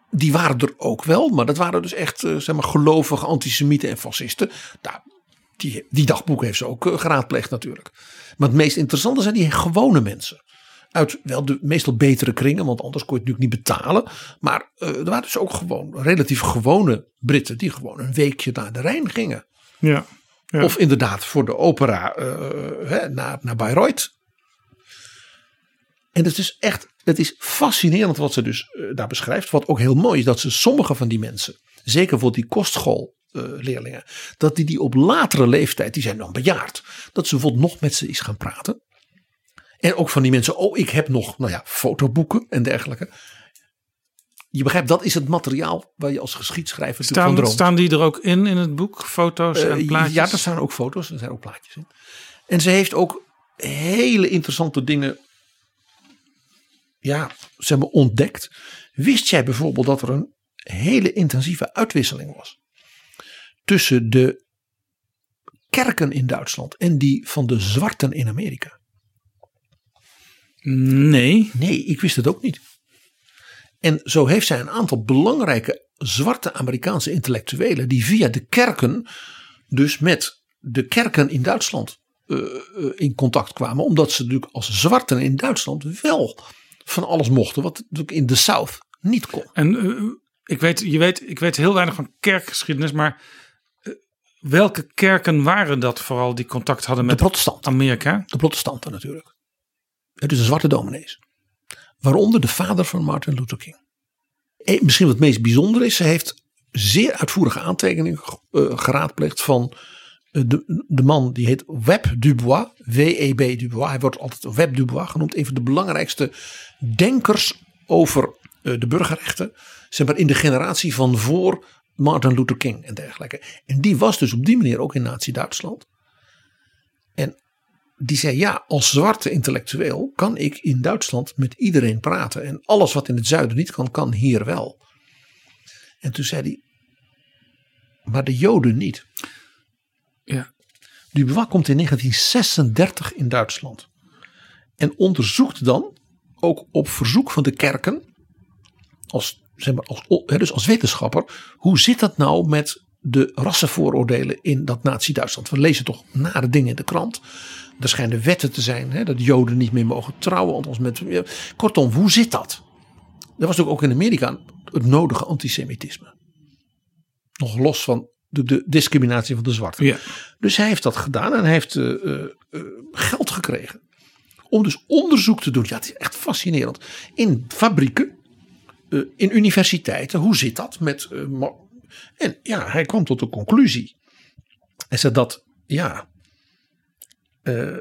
die waren er ook wel, maar dat waren dus echt uh, zeg maar gelovige antisemieten en fascisten. Nou, die, die dagboeken heeft ze ook uh, geraadpleegd natuurlijk. Maar het meest interessante zijn die gewone mensen. Uit wel de meestal betere kringen, want anders kon je het natuurlijk niet betalen. Maar uh, er waren dus ook gewoon relatief gewone Britten die gewoon een weekje naar de Rijn gingen. Ja, ja. Of inderdaad voor de opera uh, hè, naar, naar Bayreuth. En het is echt, het is fascinerend wat ze dus uh, daar beschrijft. Wat ook heel mooi is, dat ze sommige van die mensen, zeker voor die kostschoolleerlingen, uh, dat die die op latere leeftijd, die zijn dan bejaard, dat ze bijvoorbeeld nog met ze is gaan praten. En ook van die mensen, oh ik heb nog nou ja, fotoboeken en dergelijke. Je begrijpt, dat is het materiaal waar je als geschiedschrijver staan, van droomt. Staan die er ook in, in het boek? Foto's en plaatjes? Uh, ja, er staan ook foto's, er zijn ook plaatjes in. En ze heeft ook hele interessante dingen ja, zeg maar ontdekt. Wist jij bijvoorbeeld dat er een hele intensieve uitwisseling was tussen de kerken in Duitsland en die van de zwarten in Amerika? Nee. Nee, ik wist het ook niet. En zo heeft zij een aantal belangrijke zwarte Amerikaanse intellectuelen die via de kerken dus met de kerken in Duitsland uh, uh, in contact kwamen. Omdat ze natuurlijk als zwarten in Duitsland wel van alles mochten wat natuurlijk in de South niet kon. En uh, ik, weet, je weet, ik weet heel weinig van kerkgeschiedenis, maar uh, welke kerken waren dat vooral die contact hadden met de protestanten. Amerika? De protestanten natuurlijk. Het is een zwarte dominees. Waaronder de vader van Martin Luther King. En misschien wat het meest bijzonder is, ze heeft zeer uitvoerige aantekeningen uh, geraadpleegd van uh, de, de man die heet Webb Du Bois. W E B Du Bois. Hij wordt altijd Webb Du Bois genoemd. Een van de belangrijkste denkers over uh, de burgerrechten. Zeg maar in de generatie van voor Martin Luther King en dergelijke. En die was dus op die manier ook in Nazi-Duitsland. En die zei ja, als zwarte intellectueel kan ik in Duitsland met iedereen praten. En alles wat in het zuiden niet kan, kan hier wel. En toen zei hij, maar de Joden niet. Ja. Dubois komt in negentien zesendertig in Duitsland. En onderzoekt dan, ook op verzoek van de kerken, als, zeg maar, als, dus als wetenschapper, hoe zit dat nou met de rassenvooroordelen in dat Nazi-Duitsland. We lezen toch nare dingen in de krant. Er schijnen wetten te zijn hè, dat Joden niet meer mogen trouwen. Althans met, kortom, hoe zit dat? Er was natuurlijk ook in Amerika het nodige antisemitisme. Nog los van de, de discriminatie van de zwarten. Ja. Dus hij heeft dat gedaan en hij heeft uh, uh, geld gekregen. Om dus onderzoek te doen. Ja, het is echt fascinerend. In fabrieken, uh, in universiteiten. Hoe zit dat met... Uh, en ja, hij kwam tot de conclusie. Hij zei dat, ja... Uh,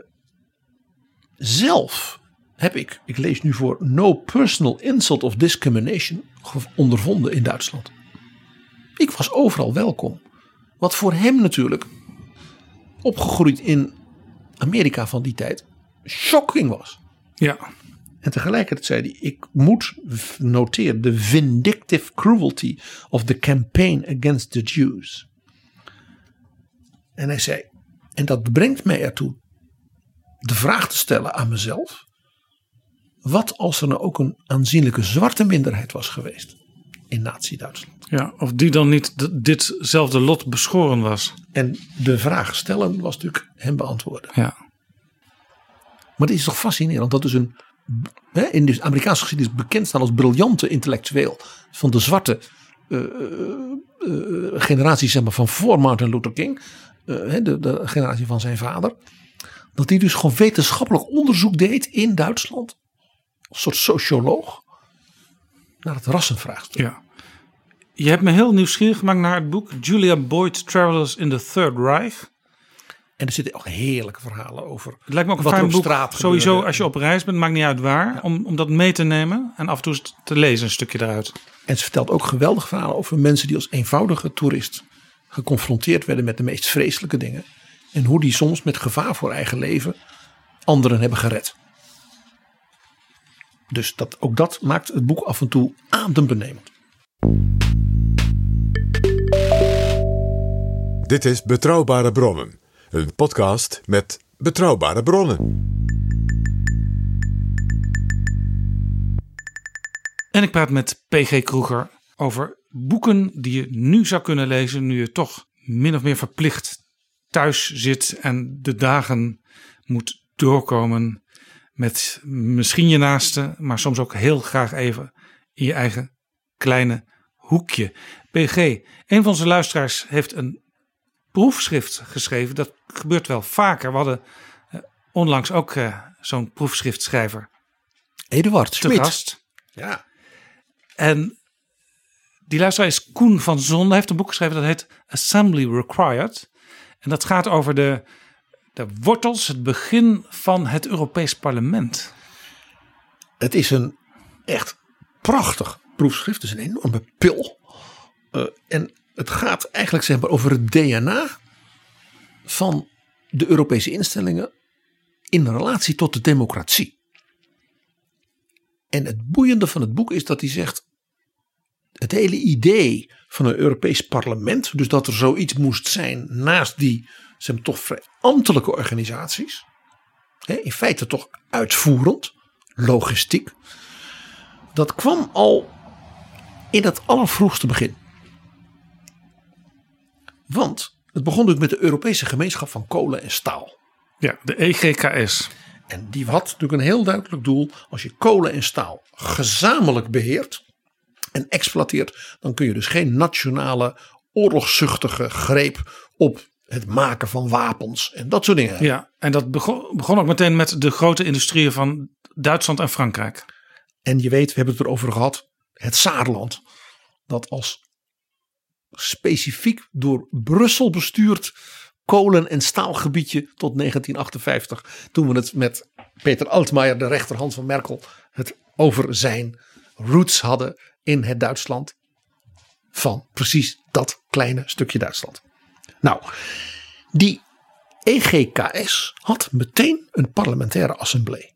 zelf heb ik, ik lees nu voor, no personal insult of discrimination ondervonden in Duitsland. Ik was overal welkom. Wat voor hem natuurlijk, opgegroeid in Amerika van die tijd, shocking was. Ja. En tegelijkertijd zei hij, ik moet noteren de vindictive cruelty of the campaign against the Jews. En hij zei, en dat brengt mij ertoe de vraag te stellen aan mezelf. Wat als er nou ook een aanzienlijke zwarte minderheid was geweest in Nazi-Duitsland? Ja, of die dan niet d- ditzelfde lot beschoren was. En de vraag stellen was natuurlijk hem beantwoorden. Ja. Maar het is toch fascinerend dat dus een hè, in de Amerikaanse geschiedenis bekend staan als briljante intellectueel van de zwarte uh, uh, generatie zeg maar, van voor Martin Luther King. Uh, de, de generatie van zijn vader. Dat hij dus gewoon wetenschappelijk onderzoek deed in Duitsland. Als een soort socioloog. Naar het rassenvraagstuk. Ja. Je hebt me heel nieuwsgierig gemaakt naar het boek Julia Boyd Travels in the Third Reich. En er zitten ook heerlijke verhalen over. Het lijkt me ook een wat er fijn op boek. straat Sowieso gebeurde. als je op reis bent, maakt niet uit waar. Ja. Om, om dat mee te nemen en af en toe te lezen een stukje eruit. En ze vertelt ook geweldige verhalen over mensen die als eenvoudige toerist geconfronteerd werden met de meest vreselijke dingen. En hoe die soms met gevaar voor eigen leven anderen hebben gered. Dus dat, ook dat maakt het boek af en toe adembenemend. Dit is Betrouwbare Bronnen. Een podcast met betrouwbare bronnen. En ik praat met P G Kroeger. over boeken die je nu zou kunnen lezen, nu je toch min of meer verplicht thuis zit en de dagen moet doorkomen met misschien je naaste, maar soms ook heel graag even in je eigen kleine hoekje. P G, een van onze luisteraars heeft een proefschrift geschreven. Dat gebeurt wel vaker. We hadden uh, onlangs ook uh, zo'n proefschriftschrijver. Eduard te Schmid. gast. Ja. En die luisteraar is Koen van Zonde. Hij heeft een boek geschreven dat heet Assembly Required. En dat gaat over de, de wortels, het begin van het Europees Parlement. Het is een echt prachtig proefschrift. Het is een enorme pil. Uh, en het gaat eigenlijk zeg maar over het D N A van de Europese instellingen in relatie tot de democratie. En het boeiende van het boek is dat hij zegt, het hele idee van een Europees parlement, dus dat er zoiets moest zijn naast die zeg maar, toch vrij ambtelijke organisaties, hè, in feite toch uitvoerend, logistiek, dat kwam al in het allervroegste begin. Want het begon natuurlijk met de Europese gemeenschap van kolen en staal. Ja, de E G K S. En die had natuurlijk een heel duidelijk doel. Als je kolen en staal gezamenlijk beheert en exploiteert, dan kun je dus geen nationale oorlogszuchtige greep op het maken van wapens en dat soort dingen hebben. Ja, en dat begon, begon ook meteen met de grote industrieën van Duitsland en Frankrijk. En je weet, we hebben het erover gehad, het Saarland, dat als specifiek door Brussel bestuurd kolen- en staalgebiedje tot negentien achtenvijftig. Toen we het met Peter Altmaier, de rechterhand van Merkel, het over zijn roots hadden in het Duitsland van precies dat kleine stukje Duitsland. Nou, die E G K S had meteen een parlementaire assemblee.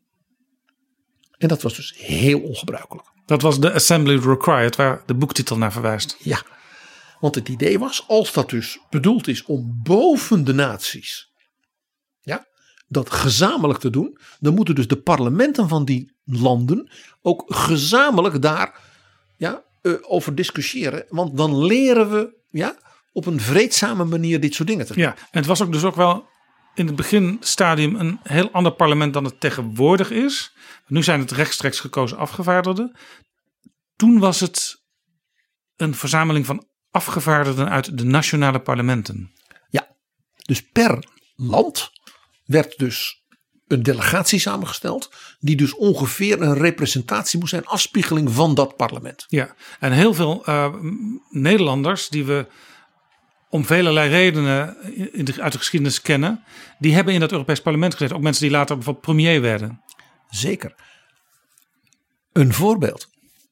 En dat was dus heel ongebruikelijk. Dat was de Assembly Required, waar de boektitel naar verwijst. Ja, want het idee was, als dat dus bedoeld is om boven de naties, ja, dat gezamenlijk te doen, dan moeten dus de parlementen van die landen ook gezamenlijk daar ja, uh, over discussiëren. Want dan leren we ja, op een vreedzame manier dit soort dingen te doen. Ja, en het was ook dus ook wel in het beginstadium een heel ander parlement dan het tegenwoordig is. Nu zijn het rechtstreeks gekozen afgevaardigden. Toen was het een verzameling van afgevaardigden uit de nationale parlementen. Ja, dus per land werd dus een delegatie samengesteld, die dus ongeveer een representatie moest zijn, afspiegeling van dat parlement. Ja, en heel veel uh, Nederlanders die we om velelei redenen in de, uit de geschiedenis kennen, die hebben in dat Europees Parlement gezeten. Ook mensen die later bijvoorbeeld premier werden. Zeker. Een voorbeeld.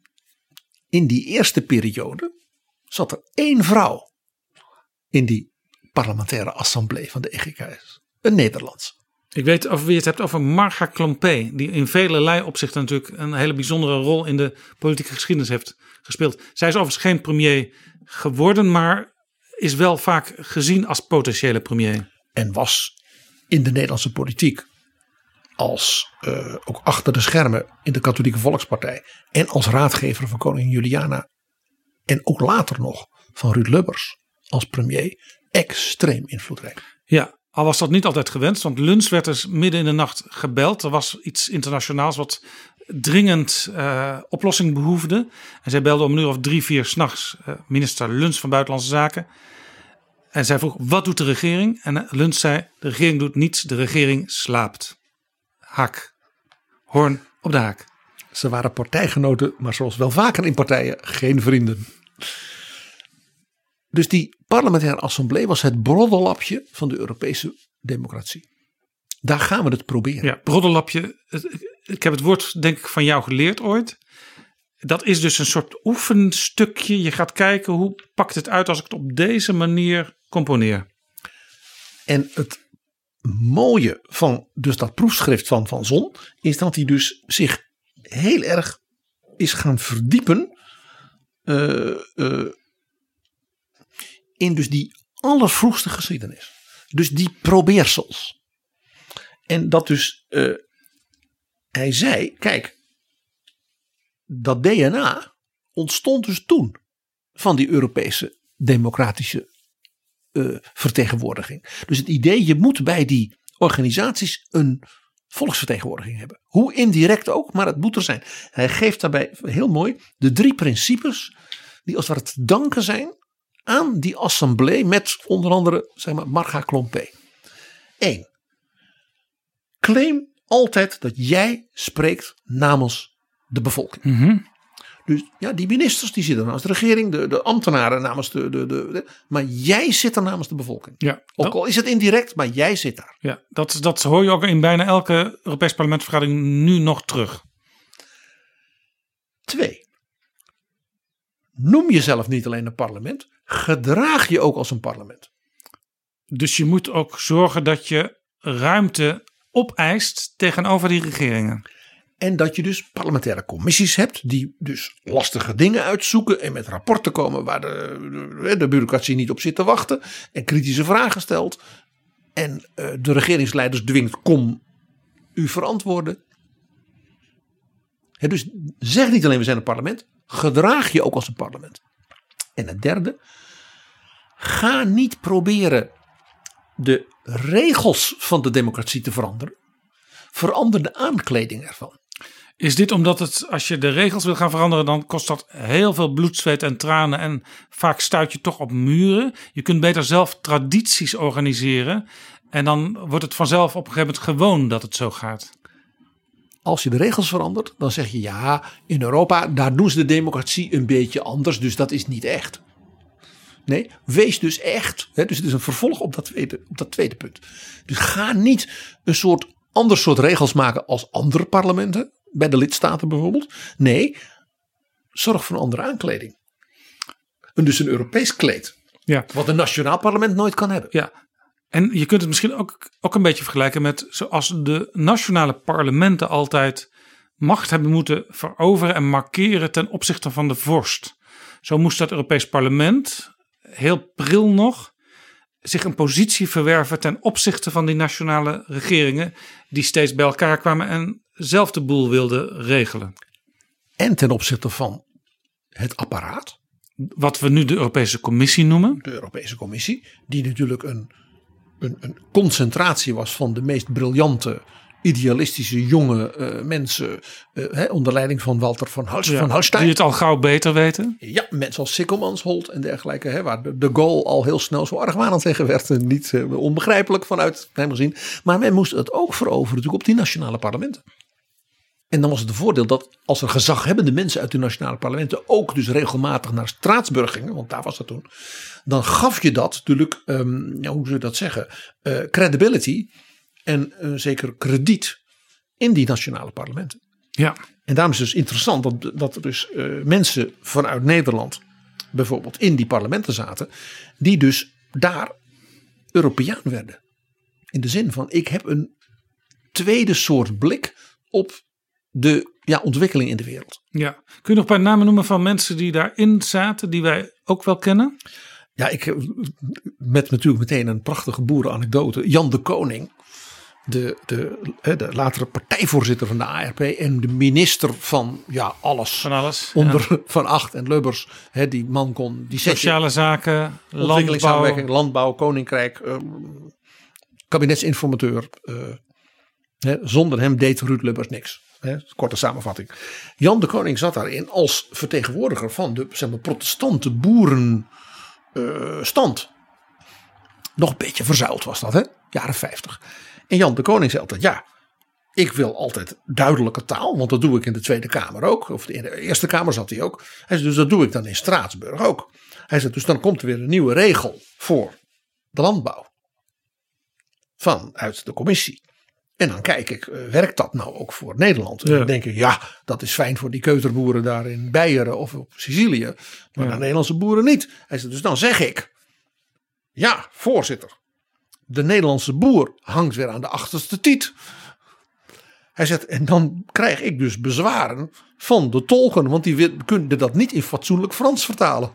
In die eerste periode zat er één vrouw in die parlementaire assemblee van de E G K S. Een Nederlands. Ik weet over wie je het hebt, over Marga Klompé, die in velelei opzichten natuurlijk een hele bijzondere rol in de politieke geschiedenis heeft gespeeld. Zij is overigens geen premier geworden, maar is wel vaak gezien als potentiële premier. En was in de Nederlandse politiek als uh, ook achter de schermen in de Katholieke Volkspartij en als raadgever van koningin Juliana en ook later nog van Ruud Lubbers als premier extreem invloedrijk. Ja, al was dat niet altijd gewenst, want Luns werd dus midden in de nacht gebeld. Er was iets internationaals wat dringend uh, oplossing behoefde. En zij belde om een uur of drie, vier 's nachts uh, minister Luns van Buitenlandse Zaken. En zij vroeg, wat doet de regering? En Luns zei, de regering doet niets, de regering slaapt. Haak. Hoorn op de haak. Ze waren partijgenoten, maar zoals wel vaker in partijen, geen vrienden. Dus die parlementaire assemblee was het broddelapje van de Europese democratie. Daar gaan we het proberen. Ja, broddelapje. Ik heb het woord denk ik van jou geleerd ooit. Dat is dus een soort oefenstukje. Je gaat kijken hoe pakt het uit als ik het op deze manier componeer. En het mooie van dus dat proefschrift van Van Zon is dat hij dus zich heel erg is gaan verdiepen uh, uh, in dus die allervroegste geschiedenis. Dus die probeersels. En dat dus uh, hij zei, kijk, dat D N A ontstond dus toen. van die Europese democratische uh, vertegenwoordiging. Dus het idee, je moet bij die organisaties een volksvertegenwoordiging hebben. Hoe indirect ook, maar het moet er zijn. Hij geeft daarbij heel mooi de drie principes die als het ware te danken zijn aan die assemblee met onder andere zeg maar Marga Klompé. Eén. Claim altijd dat jij spreekt namens de bevolking. Mm-hmm. Dus ja, die ministers die zitten namens de regering, de, de ambtenaren namens de, de, de, de. Maar jij zit er namens de bevolking. Ja, ook al is het indirect, maar jij zit daar. Ja, dat, dat hoor je ook in bijna elke Europees parlementsvergadering nu nog terug. Twee. Noem jezelf niet alleen een parlement, gedraag je ook als een parlement. Dus je moet ook zorgen dat je ruimte opeist tegenover die regeringen. En dat je dus parlementaire commissies hebt die dus lastige dingen uitzoeken en met rapporten komen waar de, de, de bureaucratie niet op zit te wachten en kritische vragen stelt. En uh, de regeringsleiders dwingt, kom u verantwoorden. He, dus zeg niet alleen we zijn een parlement, gedraag je ook als een parlement. En het derde, ga niet proberen de regels van de democratie te veranderen. Verander de aankleding ervan. Is dit omdat het, als je de regels wil gaan veranderen, dan kost dat heel veel bloed, zweet en tranen en vaak stuit je toch op muren. Je kunt beter zelf tradities organiseren en dan wordt het vanzelf op een gegeven moment gewoon dat het zo gaat. Als je de regels verandert, dan zeg je ja, in Europa, daar doen ze de democratie een beetje anders, dus dat is niet echt. Nee, wees dus echt. Hè, dus het is een vervolg op dat tweede, op dat tweede punt. Dus ga niet een soort ander soort regels maken als andere parlementen. Bij de lidstaten bijvoorbeeld. Nee, zorg voor een andere aankleding. En dus een Europees kleed. Ja. Wat een nationaal parlement nooit kan hebben. Ja. En je kunt het misschien ook, ook een beetje vergelijken met zoals de nationale parlementen altijd macht hebben moeten veroveren en markeren ten opzichte van de vorst. Zo moest dat Europees parlement, heel pril nog, zich een positie verwerven ten opzichte van die nationale regeringen die steeds bij elkaar kwamen en zelf de boel wilden regelen. En ten opzichte van het apparaat. Wat we nu de Europese Commissie noemen. De Europese Commissie, die natuurlijk een, een, een concentratie was van de meest briljante, idealistische jonge uh, mensen uh, hè, onder leiding van Walter van, Hals, ja, van Hallstein. Die het al gauw beter weten. Ja, mensen als Sikkelmansholt en dergelijke, hè, waar de, de Gaulle al heel snel zo argwanend tegen werd. En niet uh, onbegrijpelijk vanuit hem gezien. Maar men moest het ook veroveren natuurlijk op die nationale parlementen. En dan was het een voordeel dat als er gezaghebbende mensen uit de nationale parlementen ook dus regelmatig naar Straatsburg gingen, want daar was dat toen, dan gaf je dat natuurlijk, um, ja, hoe zou je dat zeggen, uh, credibility en uh, zeker krediet in die nationale parlementen. Ja. En daarom is het dus interessant dat, dat er dus uh, mensen vanuit Nederland bijvoorbeeld in die parlementen zaten, die dus daar Europeaan werden. In de zin van, ik heb een tweede soort blik op de ja, ontwikkeling in de wereld. Ja. Kun je nog een paar namen noemen van mensen die daarin zaten, die wij ook wel kennen? Ja, ik met natuurlijk meteen een prachtige boerenanekdote. Jan de Koning, de, de, de latere partijvoorzitter van de A R P en de minister van ja, alles. Van alles. Onder ja. Van Acht en Lubbers. Hè, die man kon die sociale zaken, ontwikkelingssamenwerking, landbouw, landbouw koninkrijk, uh, kabinetsinformateur. Uh, hè, zonder hem deed Ruud Lubbers niks. Hè, korte samenvatting. Jan de Koning zat daarin als vertegenwoordiger van de zeg maar, protestante boerenstand. Uh, Nog een beetje verzuild was dat, hè? Jaren vijftig. En Jan de Koning zei altijd, ja, ik wil altijd duidelijke taal, want dat doe ik in de Tweede Kamer ook. Of in de Eerste Kamer zat hij ook. Hij zei, dus dat doe ik dan in Straatsburg ook. Hij zei, dus dan komt er weer een nieuwe regel voor de landbouw. Vanuit de commissie. En dan kijk ik, werkt dat nou ook voor Nederland? En ja. dan denk ik, ja, dat is fijn voor die keuterboeren daar in Beieren of op Sicilië. Maar ja. de Nederlandse boeren niet. Hij zei, dus dan zeg ik, ja, voorzitter. De Nederlandse boer hangt weer aan de achterste tiet. Hij zegt, en dan krijg ik dus bezwaren van de tolken. Want die kunnen dat niet in fatsoenlijk Frans vertalen.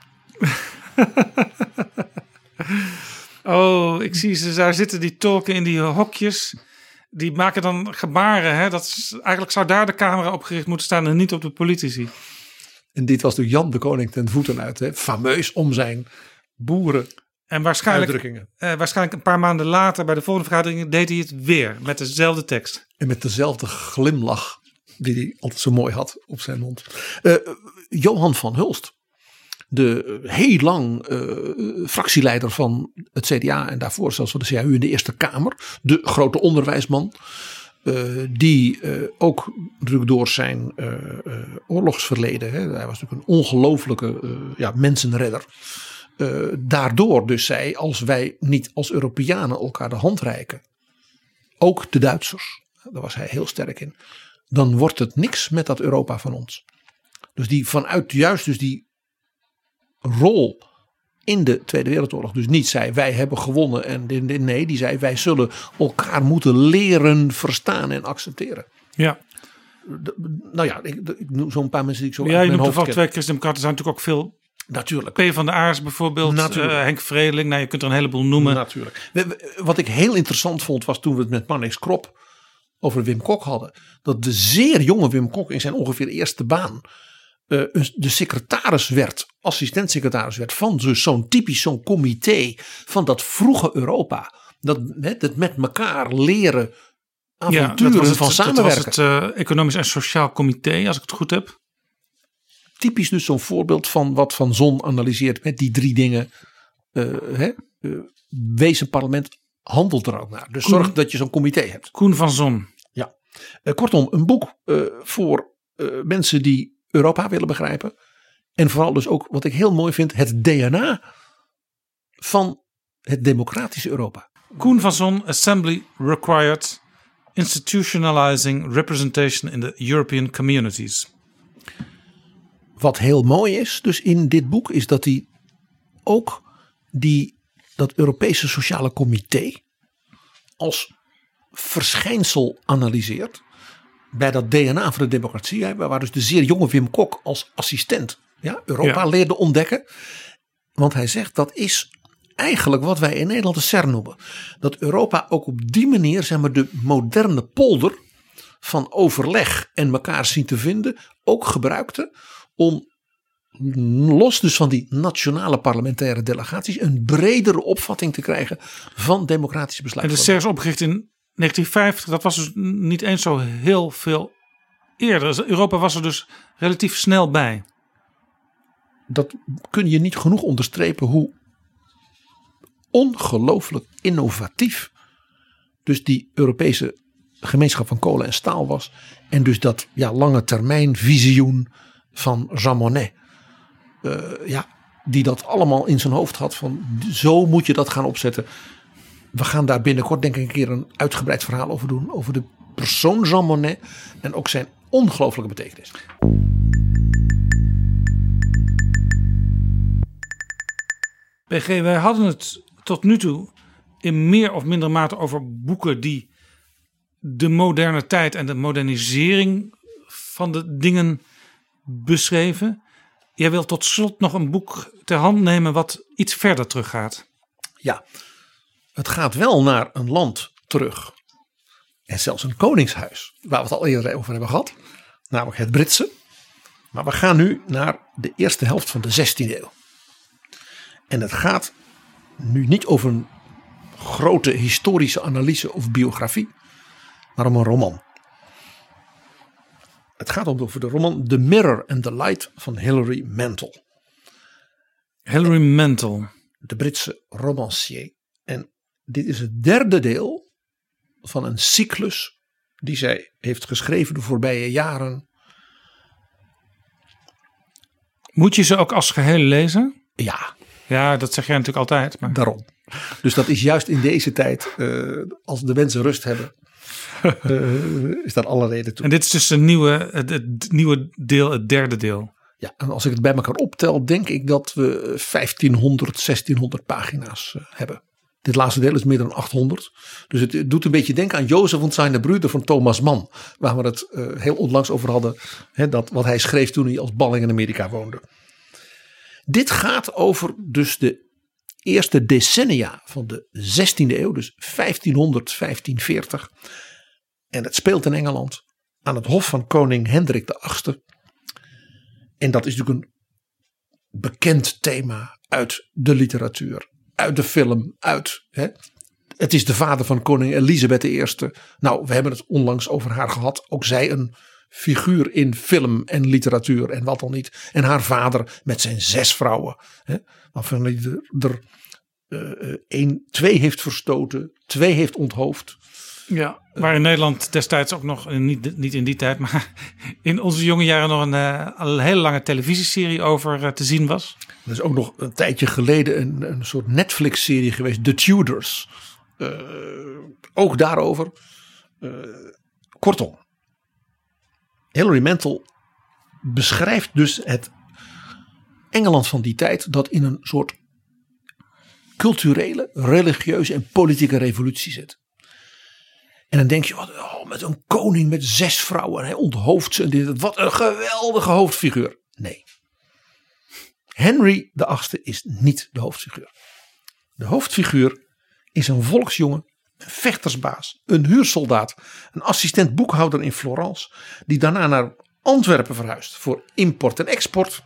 Oh, ik zie ze. Daar zitten die tolken in die hokjes. Die maken dan gebaren. Hè? Dat is, eigenlijk zou daar de camera op gericht moeten staan en niet op de politici. En dit was door Jan de Koning ten voeten uit. Hè? Fameus om zijn boeren En waarschijnlijk, uitdrukkingen. uh, waarschijnlijk een paar maanden later bij de volgende vergadering deed hij het weer met dezelfde tekst. En met dezelfde glimlach die hij altijd zo mooi had op zijn mond. Uh, Johan van Hulst. De heel lang uh, fractieleider van het C D A en daarvoor zelfs van de C H U in de Eerste Kamer. De grote onderwijsman. Uh, die uh, ook door zijn uh, uh, oorlogsverleden. Hè, hij was natuurlijk een ongelofelijke uh, ja, mensenredder. Uh, daardoor dus zei, als wij niet als Europeanen elkaar de hand reiken. Ook de Duitsers. Daar was hij heel sterk in. Dan wordt het niks met dat Europa van ons. Dus die vanuit juist dus die rol in de Tweede Wereldoorlog dus niet zei wij hebben gewonnen. En nee, die zei wij zullen elkaar moeten leren verstaan en accepteren. Ja. De, nou ja, ik, ik noem zo'n paar mensen die ik zo ja, uit je mijn noemt hoofd toevallig ken. twee Christen-Democraten. Er zijn natuurlijk ook veel. Natuurlijk. P van der Aars bijvoorbeeld. Natuurlijk. Uh, Henk Vredeling. Nou, je kunt er een heleboel noemen. Natuurlijk. We, we, wat ik heel interessant vond was toen we het met Marnix Krop over Wim Kok hadden. Dat de zeer jonge Wim Kok in zijn ongeveer eerste baan uh, de secretaris werd, assistent-secretaris werd van dus zo'n typisch zo'n comité van dat vroege Europa. Dat met, het met elkaar leren avonturen ja, dat was het, van samenwerken. Dat was het uh, Economisch en Sociaal Comité, als ik het goed heb. Typisch dus zo'n voorbeeld van wat Van Zon analyseert met die drie dingen. Uh, hè, uh, wees een parlement, handelt er ook naar. Dus Koen, zorg dat je zo'n comité hebt. Koen van Zon. Ja. Uh, kortom, een boek uh, voor uh, mensen die Europa willen begrijpen. En vooral dus ook wat ik heel mooi vind, het D N A van het democratische Europa. Koen van Zon, Assembly Required Institutionalizing Representation in the European Communities. Wat heel mooi is dus in dit boek is dat hij ook die, dat Europese Sociale Comité als verschijnsel analyseert bij dat D N A van de democratie. Waar dus de zeer jonge Wim Kok als assistent ja, Europa ja. leerde ontdekken. Want hij zegt dat is eigenlijk wat wij in Nederland de C E R noemen. Dat Europa ook op die manier zeg maar, de moderne polder van overleg en elkaar zien te vinden ook gebruikte om los dus van die nationale parlementaire delegaties een bredere opvatting te krijgen van democratische besluiten. En de C E R is opgericht in negentien vijftig, dat was dus niet eens zo heel veel eerder. Europa was er dus relatief snel bij. Dat kun je niet genoeg onderstrepen hoe ongelooflijk innovatief dus die Europese gemeenschap van kolen en staal was. En dus dat ja, lange termijn visioen van Jean Monnet. Uh, ja, die dat allemaal in zijn hoofd had van zo moet je dat gaan opzetten. We gaan daar binnenkort denk ik een keer een uitgebreid verhaal over doen. Over de persoon Jean Monnet en ook zijn ongelooflijke betekenis. P G, wij hadden het tot nu toe in meer of mindere mate over boeken die de moderne tijd en de modernisering van de dingen beschreven. Jij wilt tot slot nog een boek ter hand nemen wat iets verder teruggaat. Ja, het gaat wel naar een land terug. En zelfs een koningshuis, waar we het al eerder over hebben gehad. Namelijk het Britse. Maar we gaan nu naar de eerste helft van de zestiende eeuw. En het gaat nu niet over een grote historische analyse of biografie. Maar om een roman. Het gaat over de roman The Mirror and the Light van Hilary Mantel. Hilary Mantel. De Britse romancier. En dit is het derde deel van een cyclus die zij heeft geschreven de voorbije jaren. Moet je ze ook als geheel lezen? Ja. Ja, dat zeg jij natuurlijk altijd. Maar... Daarom. Dus dat is juist in deze tijd, uh, als de mensen rust hebben, uh, is daar alle reden toe. En dit is dus een nieuwe, het, het nieuwe deel, het derde deel. Ja, en als ik het bij elkaar optel, denk ik dat we vijftienhonderd, zestienhonderd pagina's uh, hebben. Dit laatste deel is meer dan achthonderd. Dus het doet een beetje denken aan Jozef und seine Brüder van Thomas Mann. Waar we het uh, heel onlangs over hadden. Hè, dat wat hij schreef toen hij als balling in Amerika woonde. Dit gaat over dus de eerste decennia van de zestiende eeuw. Dus vijftienhonderd, vijftienveertig. En het speelt in Engeland. Aan het hof van koning Hendrik de achtste. En dat is natuurlijk een bekend thema uit de literatuur, uit de film, uit. Hè. Het is de vader van koningin Elisabeth de Eerste. Nou, we hebben het onlangs over haar gehad. Ook zij een figuur in film en literatuur en wat dan niet. En haar vader met zijn zes vrouwen. Hè, waarvan hij er uh, één, twee heeft verstoten, twee heeft onthoofd. Ja, waar in Nederland destijds ook nog, niet, niet in die tijd, maar in onze jonge jaren nog een, uh, een hele lange televisieserie over uh, te zien was. Er is ook nog een tijdje geleden een, een soort Netflix-serie geweest, The Tudors. Uh, ook daarover. Uh, kortom, Hilary Mantel beschrijft dus het Engeland van die tijd dat in een soort culturele, religieuze en politieke revolutie zit. En dan denk je, wat, oh, met een koning met zes vrouwen en hij onthoofdt ze en dit, wat een geweldige hoofdfiguur. Nee. Henry de Achtste is niet de hoofdfiguur. De hoofdfiguur is een volksjongen, een vechtersbaas, een huursoldaat, een assistent boekhouder in Florence, die daarna naar Antwerpen verhuist voor import en export,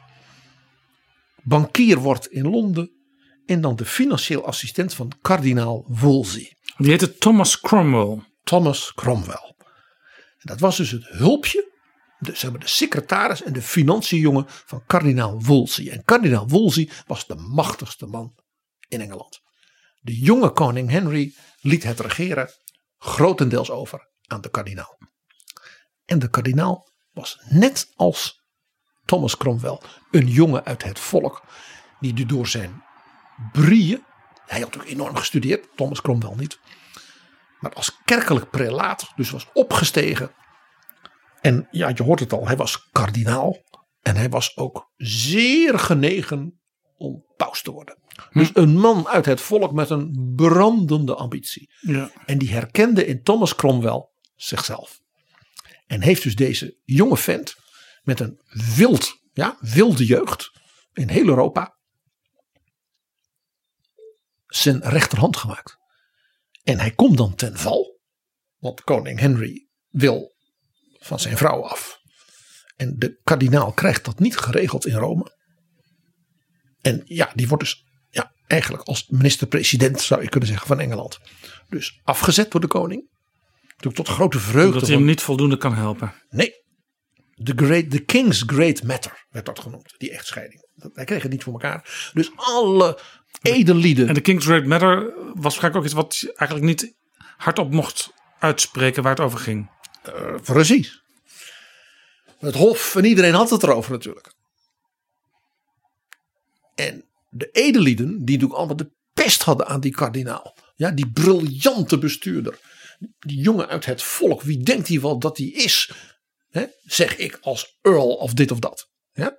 bankier wordt in Londen en dan de financieel assistent van kardinaal Wolsey. Die heette Thomas Cromwell. Thomas Cromwell. En dat was dus het hulpje, de, zeg maar de secretaris en de financiënjongen van kardinaal Wolsey. En kardinaal Wolsey was de machtigste man in Engeland. De jonge koning Henry liet het regeren grotendeels over aan de kardinaal. En de kardinaal was net als Thomas Cromwell een jongen uit het volk die door zijn brieën, hij had ook enorm gestudeerd, Thomas Cromwell niet, maar als kerkelijk prelaat dus was opgestegen. En ja, je hoort het al, hij was kardinaal en hij was ook zeer genegen om paus te worden. Hm. Dus een man uit het volk met een brandende ambitie. Ja. En die herkende in Thomas Cromwell zichzelf. En heeft dus deze jonge vent met een wild, ja, wilde jeugd in heel Europa zijn rechterhand gemaakt. En hij komt dan ten val. Want koning Henry wil van zijn vrouw af. En de kardinaal krijgt dat niet geregeld in Rome. En ja, die wordt dus ja, eigenlijk als minister-president zou je kunnen zeggen van Engeland. Dus afgezet door de koning. Natuurlijk tot grote vreugde. Dat hij hem van, niet voldoende kan helpen. Nee. The, great, the King's Great Matter werd dat genoemd. Die echtscheiding. Hij kreeg het niet voor elkaar. Dus alle edellieden. En de King's Great Matter was waarschijnlijk ook iets wat je eigenlijk niet hardop mocht uitspreken waar het over ging. Uh, precies. Het hof en iedereen had het erover natuurlijk. En de edellieden die natuurlijk allemaal de pest hadden aan die kardinaal. Ja, die briljante bestuurder. Die jongen uit het volk. Wie denkt hij wel dat hij is? Hè? Zeg ik als earl of dit of dat. Ja?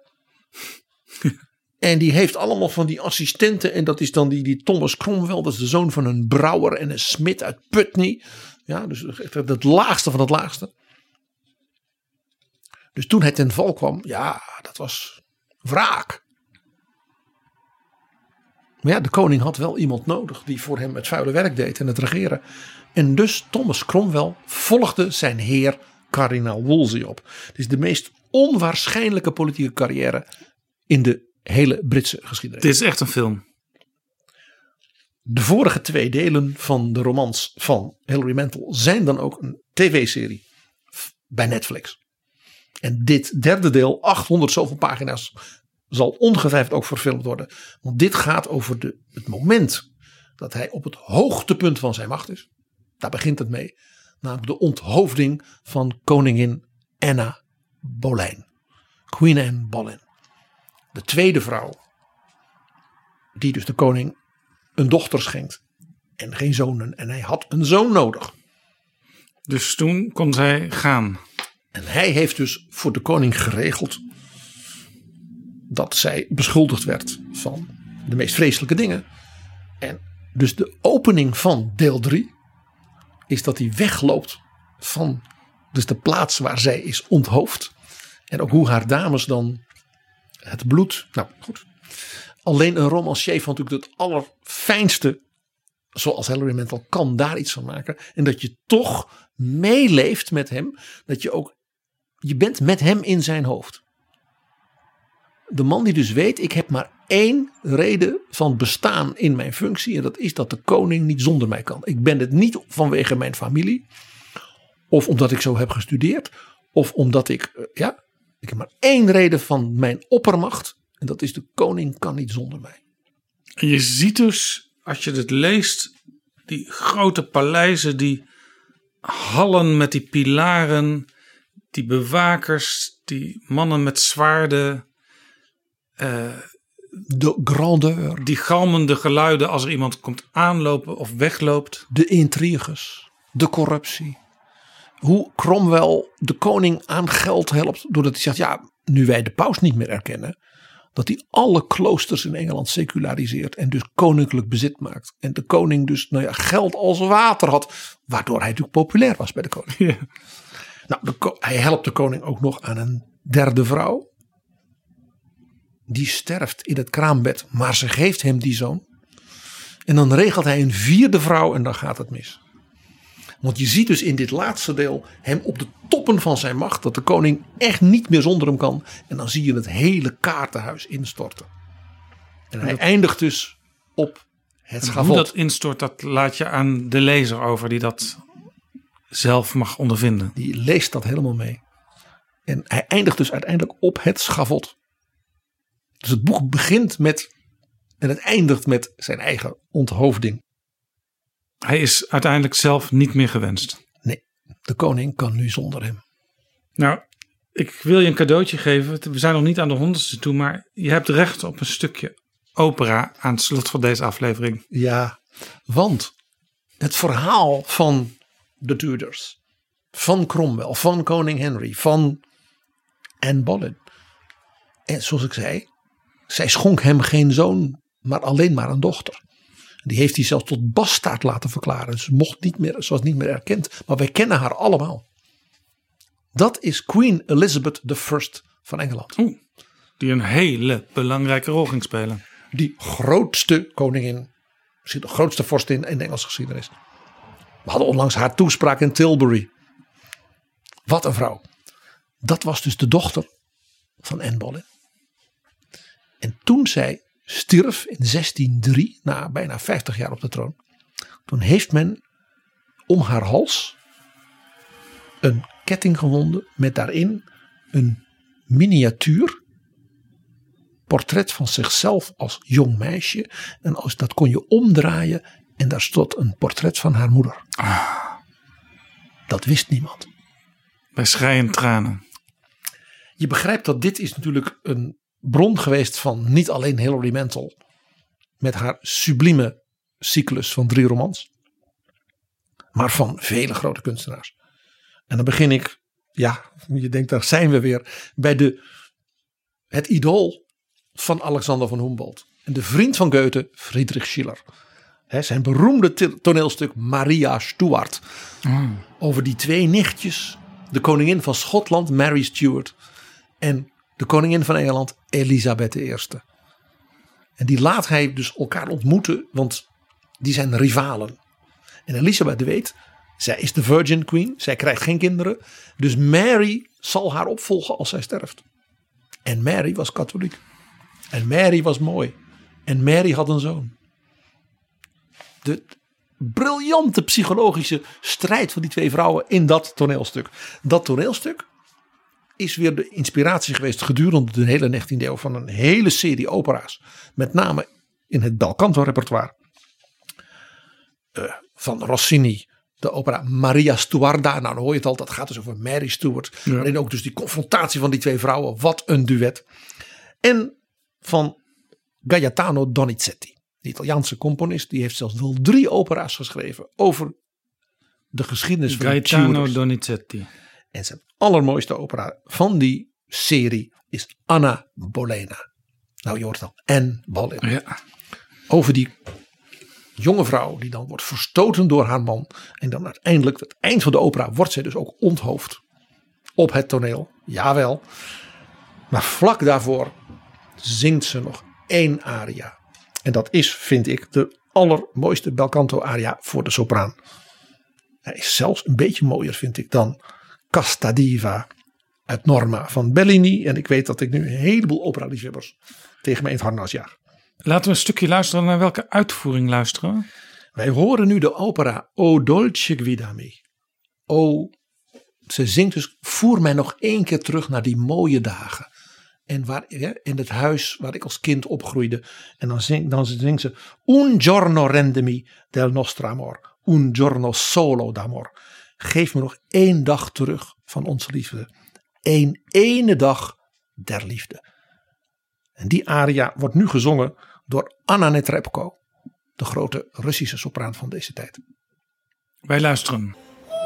En die heeft allemaal van die assistenten. En dat is dan die, die Thomas Cromwell. Dat is de zoon van een brouwer en een smid uit Putney. Ja, dus het laagste van het laagste. Dus toen hij ten val kwam. Ja, dat was wraak. Maar ja, de koning had wel iemand nodig. Die voor hem het vuile werk deed en het regeren. En dus Thomas Cromwell volgde zijn heer kardinaal Wolsey op. Het is de meest onwaarschijnlijke politieke carrière in de hele Britse geschiedenis. Dit is echt een film. De vorige twee delen van de romans van Hilary Mantel zijn dan ook een tv-serie bij Netflix. En dit derde deel, achthonderd zoveel pagina's, zal ongetwijfeld ook verfilmd worden. Want dit gaat over de, het moment dat hij op het hoogtepunt van zijn macht is. Daar begint het mee. Namelijk de onthoofding van koningin Anna Boleyn. Queen Anne Boleyn. De tweede vrouw. Die dus de koning een dochter schenkt. En geen zonen. En hij had een zoon nodig. Dus toen kon zij gaan. En hij heeft dus voor de koning geregeld dat zij beschuldigd werd van de meest vreselijke dingen. En dus de opening van deel drie is dat hij wegloopt van dus de plaats waar zij is onthoofd. En ook hoe haar dames dan het bloed. Nou goed. Alleen een romancier van natuurlijk het allerfijnste, zoals Hilary Mantel, kan daar iets van maken. En dat je toch meeleeft met hem. Dat je ook, je bent met hem in zijn hoofd. de man die dus weet, ik heb maar één reden van bestaan in mijn functie. En dat is dat de koning niet zonder mij kan. Ik ben het niet vanwege mijn familie. Of omdat ik zo heb gestudeerd. Of omdat ik, ja, ik heb maar één reden van mijn oppermacht. En dat is de koning kan niet zonder mij. En je ziet dus, als je dit leest, die grote paleizen, die hallen met die pilaren, die bewakers, die mannen met zwaarden. Uh, de grandeur. Die galmende geluiden als er iemand komt aanlopen of wegloopt. De intriges, de corruptie. Hoe Cromwell de koning aan geld helpt doordat hij zegt, ja, nu wij de paus niet meer erkennen, dat hij alle kloosters in Engeland seculariseert en dus koninklijk bezit maakt. En de koning dus nou ja, geld als water had, waardoor hij natuurlijk populair was bij de koning. Ja. Nou, de, hij helpt de koning ook nog aan een derde vrouw. Die sterft in het kraambed, maar ze geeft hem die zoon. En dan regelt hij een vierde vrouw en dan gaat het mis. Want je ziet dus in dit laatste deel hem op de toppen van zijn macht. Dat de koning echt niet meer zonder hem kan. En dan zie je het hele kaartenhuis instorten. En hij dat, eindigt dus op het schavot. Hoe dat instort, dat laat je aan de lezer over die dat zelf mag ondervinden. Die leest dat helemaal mee. En hij eindigt dus uiteindelijk op het schavot. Dus het boek begint met en het eindigt met zijn eigen onthoofding. Hij is uiteindelijk zelf niet meer gewenst. Nee, de koning kan nu zonder hem. Nou, ik wil je een cadeautje geven. We zijn nog niet aan de honderdste toe, maar je hebt recht op een stukje opera aan het slot van deze aflevering. Ja, want het verhaal van de Tudors, van Cromwell, van koning Henry, van Anne Boleyn. En zoals ik zei, zij schonk hem geen zoon, maar alleen maar een dochter. Die heeft hij zelfs tot bastaard laten verklaren. Ze mocht niet meer, ze was niet meer erkend. Maar wij kennen haar allemaal. Dat is Queen Elizabeth de Eerste van Engeland. Oeh, die een hele belangrijke rol ging spelen. Die grootste koningin, misschien de grootste vorstin in de Engelse geschiedenis. We hadden onlangs haar toespraak in Tilbury. Wat een vrouw. Dat was dus de dochter van Anne Boleyn. En toen zij stierf in zestienhonderddrie, na bijna vijftig jaar op de troon. Toen heeft men om haar hals een ketting gewonden met daarin een miniatuur portret van zichzelf als jong meisje. En als, dat kon je omdraaien en daar stond een portret van haar moeder. Ah. Dat wist niemand. Bij schreiend tranen. Je begrijpt dat dit is natuurlijk een bron geweest van niet alleen Hilary Mantel met haar sublieme cyclus van drie romans, maar van vele grote kunstenaars. En dan begin ik, ja, je denkt daar zijn we weer, bij de, het idool van Alexander von Humboldt en de vriend van Goethe, Friedrich Schiller. He, zijn beroemde toneelstuk Maria Stuart. Mm. Over die twee nichtjes, de koningin van Schotland, Mary Stuart, en de koningin van Engeland, Elisabeth de Eerste. En die laat hij dus elkaar ontmoeten, want die zijn rivalen. En Elisabeth weet, zij is de Virgin Queen, zij krijgt geen kinderen. Dus Mary zal haar opvolgen als zij sterft. En Mary was katholiek. En Mary was mooi. En Mary had een zoon. De briljante psychologische strijd van die twee vrouwen in dat toneelstuk. Dat toneelstuk is weer de inspiratie geweest gedurende de hele negentiende eeuw van een hele serie opera's. Met name in het bel canto repertoire. Uh, van Rossini, de opera Maria Stuarda. Nou, dan hoor je het al, dat gaat dus over Mary Stuart. Ja. Waarin ook dus die confrontatie van die twee vrouwen. Wat een duet. En van Gaetano Donizetti. De Italiaanse componist. Die heeft zelfs wel drie opera's geschreven over de geschiedenis van Gaetano de Tudors. Donizetti. En zijn allermooiste opera van die serie is Anna Bolena. Nou, je hoort het al. Anne Boleyn. Ja. Over die jonge vrouw die dan wordt verstoten door haar man. En dan uiteindelijk, het eind van de opera, wordt zij dus ook onthoofd. Op het toneel. Jawel. Maar vlak daarvoor zingt ze nog één aria. En dat is, vind ik, de allermooiste bel canto aria voor de sopraan. Hij is zelfs een beetje mooier, vind ik, dan Casta Diva uit Norma van Bellini. En ik weet dat ik nu een heleboel opera-liefhebbers tegen mij in het harnas jaag. Laten we een stukje luisteren naar welke uitvoering luisteren. Wij horen nu de opera O Dolce Guidami. O, ze zingt dus, voer mij nog één keer terug naar die mooie dagen. En waar, ja, in het huis waar ik als kind opgroeide. En dan zingt, dan zingt ze, un giorno rendemi del nostro amor. Un giorno solo d'amor. Geef me nog één dag terug van onze liefde. Eén ene dag der liefde. En die aria wordt nu gezongen door Anna Netrebko. De grote Russische sopraan van deze tijd. Wij luisteren.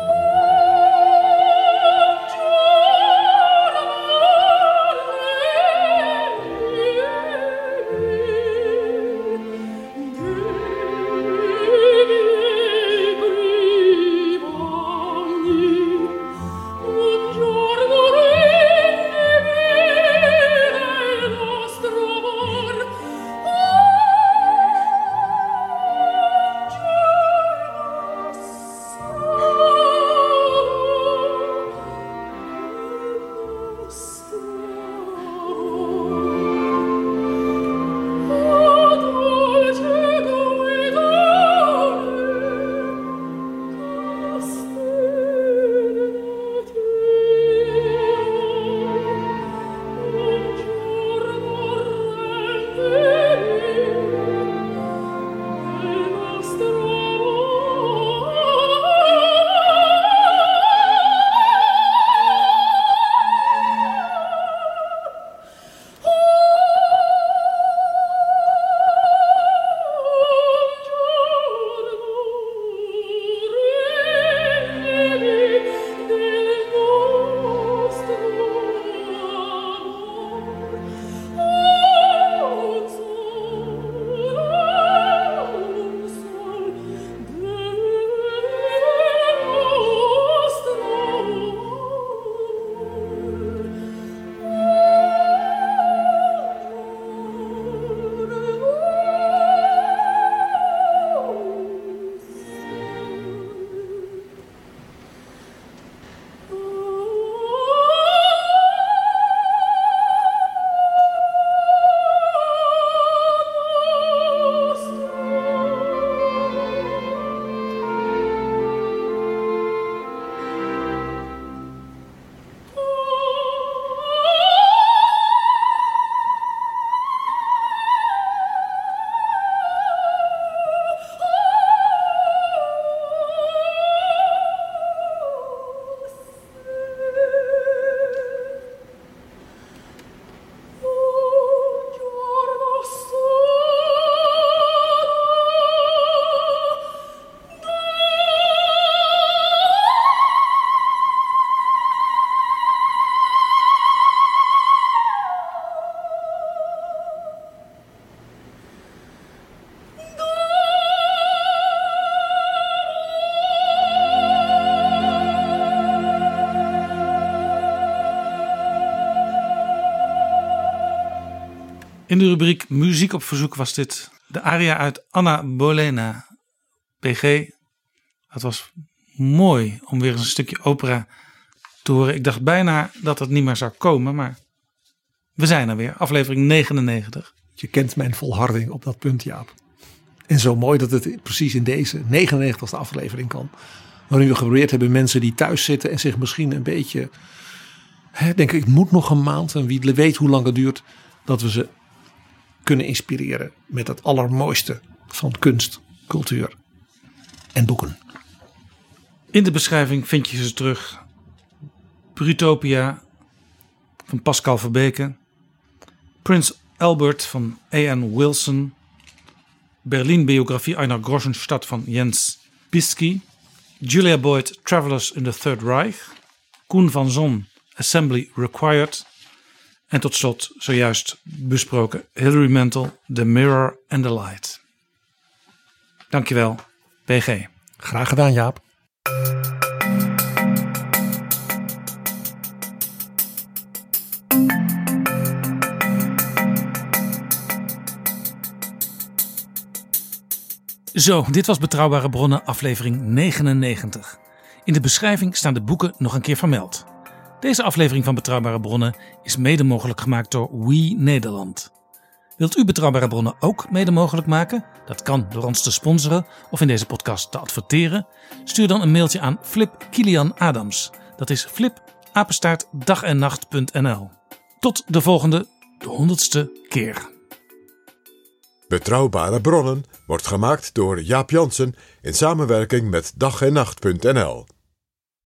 In de rubriek Muziek op verzoek was dit de aria uit Anna Bolena. P G, het was mooi om weer eens een stukje opera te horen. Ik dacht bijna dat het niet meer zou komen, maar we zijn er weer. Aflevering negenennegentig. Je kent mijn volharding op dat punt, Jaap. En zo mooi dat het precies in deze negenennegentigste aflevering kan. Waarin we geprobeerd hebben mensen die thuis zitten en zich misschien een beetje, hè, denk ik, het moet nog een maand en wie weet hoe lang het duurt, dat we ze kunnen inspireren met het allermooiste van kunst, cultuur en boeken. In de beschrijving vind je ze terug. Brutopia van Pascal Verbeke. Prins Albert van A N Wilson. Berlin-biografie Einer Großenstadt van Jens Bisky. Julia Boyd, Travelers in the Third Reich. Koen van Zon, Assembly Required. En tot slot zojuist besproken Hilary Mantel, The Mirror and the Light. Dankjewel, P G. Graag gedaan, Jaap. Zo, dit was Betrouwbare Bronnen aflevering negenennegentig. In de beschrijving staan de boeken nog een keer vermeld. Deze aflevering van Betrouwbare Bronnen is mede mogelijk gemaakt door We Nederland. Wilt u Betrouwbare Bronnen ook mede mogelijk maken? Dat kan door ons te sponsoren of in deze podcast te adverteren. Stuur dan een mailtje aan Flip Kilian Adams. Dat is flip apenstaart dag en nacht punt n l. Tot de volgende, de honderdste keer. Betrouwbare Bronnen wordt gemaakt door Jaap Jansen in samenwerking met dag en nacht punt n l.